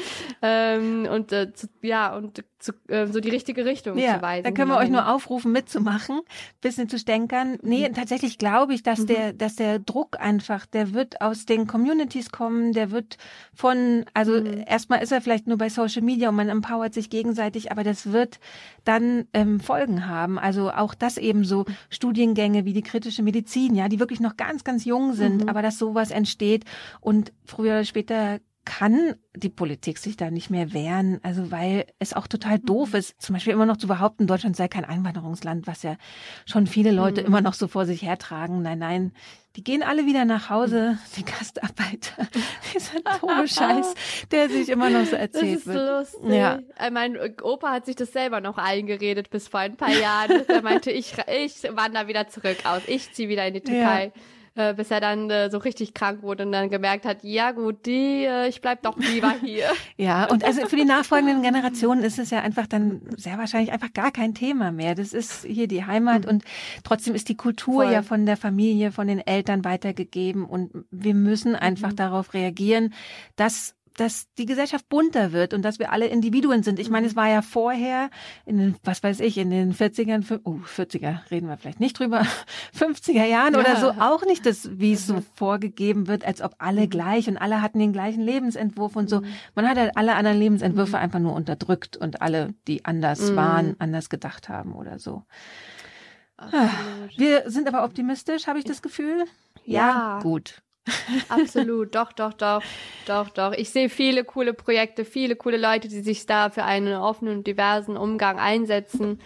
so die richtige Richtung zu weisen. Da können wir euch nur aufrufen, mitzumachen, bisschen zu stänkern. Nee, tatsächlich glaube ich, dass der Druck einfach, der wird aus den Communities kommen, der wird erstmal ist er vielleicht nur bei Social Media und man empowert sich gegenseitig, aber das wird dann Folgen haben. Also auch das eben so Studiengänge wie die kritische Medizin, ja, die wirklich noch ganz, ganz jung sind, aber dass sowas entsteht und früher oder später kann die Politik sich da nicht mehr wehren, also weil es auch total doof ist, zum Beispiel immer noch zu behaupten, Deutschland sei kein Einwanderungsland, was ja schon viele Leute immer noch so vor sich hertragen. Nein, die gehen alle wieder nach Hause, die Gastarbeiter. Dieser doofe Scheiß, der sich immer noch so erzählt wird. Das ist lustig. Ja. Mein Opa hat sich das selber noch eingeredet bis vor ein paar Jahren. Er meinte, ich wandere wieder zurück aus, ich ziehe wieder in die Türkei. Ja. Bis er dann so richtig krank wurde und dann gemerkt hat, ja gut, ich bleib doch lieber hier. Ja, und also für die nachfolgenden Generationen ist es ja einfach dann sehr wahrscheinlich einfach gar kein Thema mehr. Das ist hier die Heimat und trotzdem ist die Kultur ja von der Familie, von den Eltern weitergegeben und wir müssen einfach darauf reagieren, dass die Gesellschaft bunter wird und dass wir alle Individuen sind. Ich meine, es war ja vorher in den 40ern, 40er reden wir vielleicht nicht drüber, 50er Jahren oder so auch nicht das, wie es so vorgegeben wird, als ob alle gleich und alle hatten den gleichen Lebensentwurf und so. Man hat halt alle anderen Lebensentwürfe einfach nur unterdrückt und alle, die anders waren, anders gedacht haben oder so. Absolut. Wir sind aber optimistisch, habe ich das Gefühl? Ja. Gut. Absolut, doch. Ich sehe viele coole Projekte, viele coole Leute, die sich da für einen offenen und diversen Umgang einsetzen.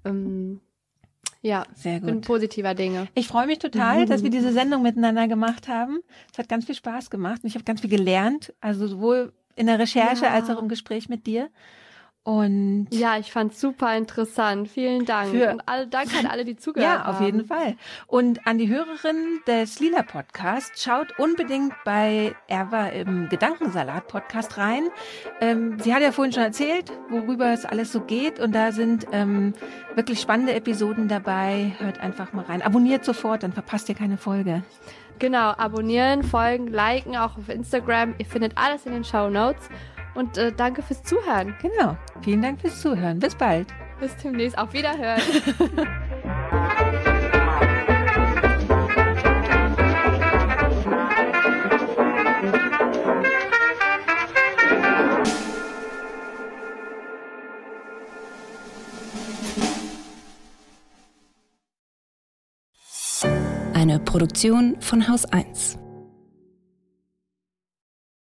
Sehr gut. Bin positiver Dinge. Ich freue mich total, dass wir diese Sendung miteinander gemacht haben. Es hat ganz viel Spaß gemacht und ich habe ganz viel gelernt, also sowohl in der Recherche als auch im Gespräch mit dir. Und ja, ich fand's super interessant. Vielen Dank. Und danke an alle, die zugehört haben. Ja, auf jeden Fall. Und an die Hörerinnen des Lila Podcasts, schaut unbedingt bei Erwa im Gedankensalat Podcast rein. Sie hat ja vorhin schon erzählt, worüber es alles so geht. Und da sind wirklich spannende Episoden dabei. Hört einfach mal rein. Abonniert sofort, dann verpasst ihr keine Folge. Genau, abonnieren, folgen, liken, auch auf Instagram. Ihr findet alles in den Shownotes. Und danke fürs Zuhören. Genau. Vielen Dank fürs Zuhören. Bis bald. Bis demnächst. Auf Wiederhören. Eine Produktion von Haus 1.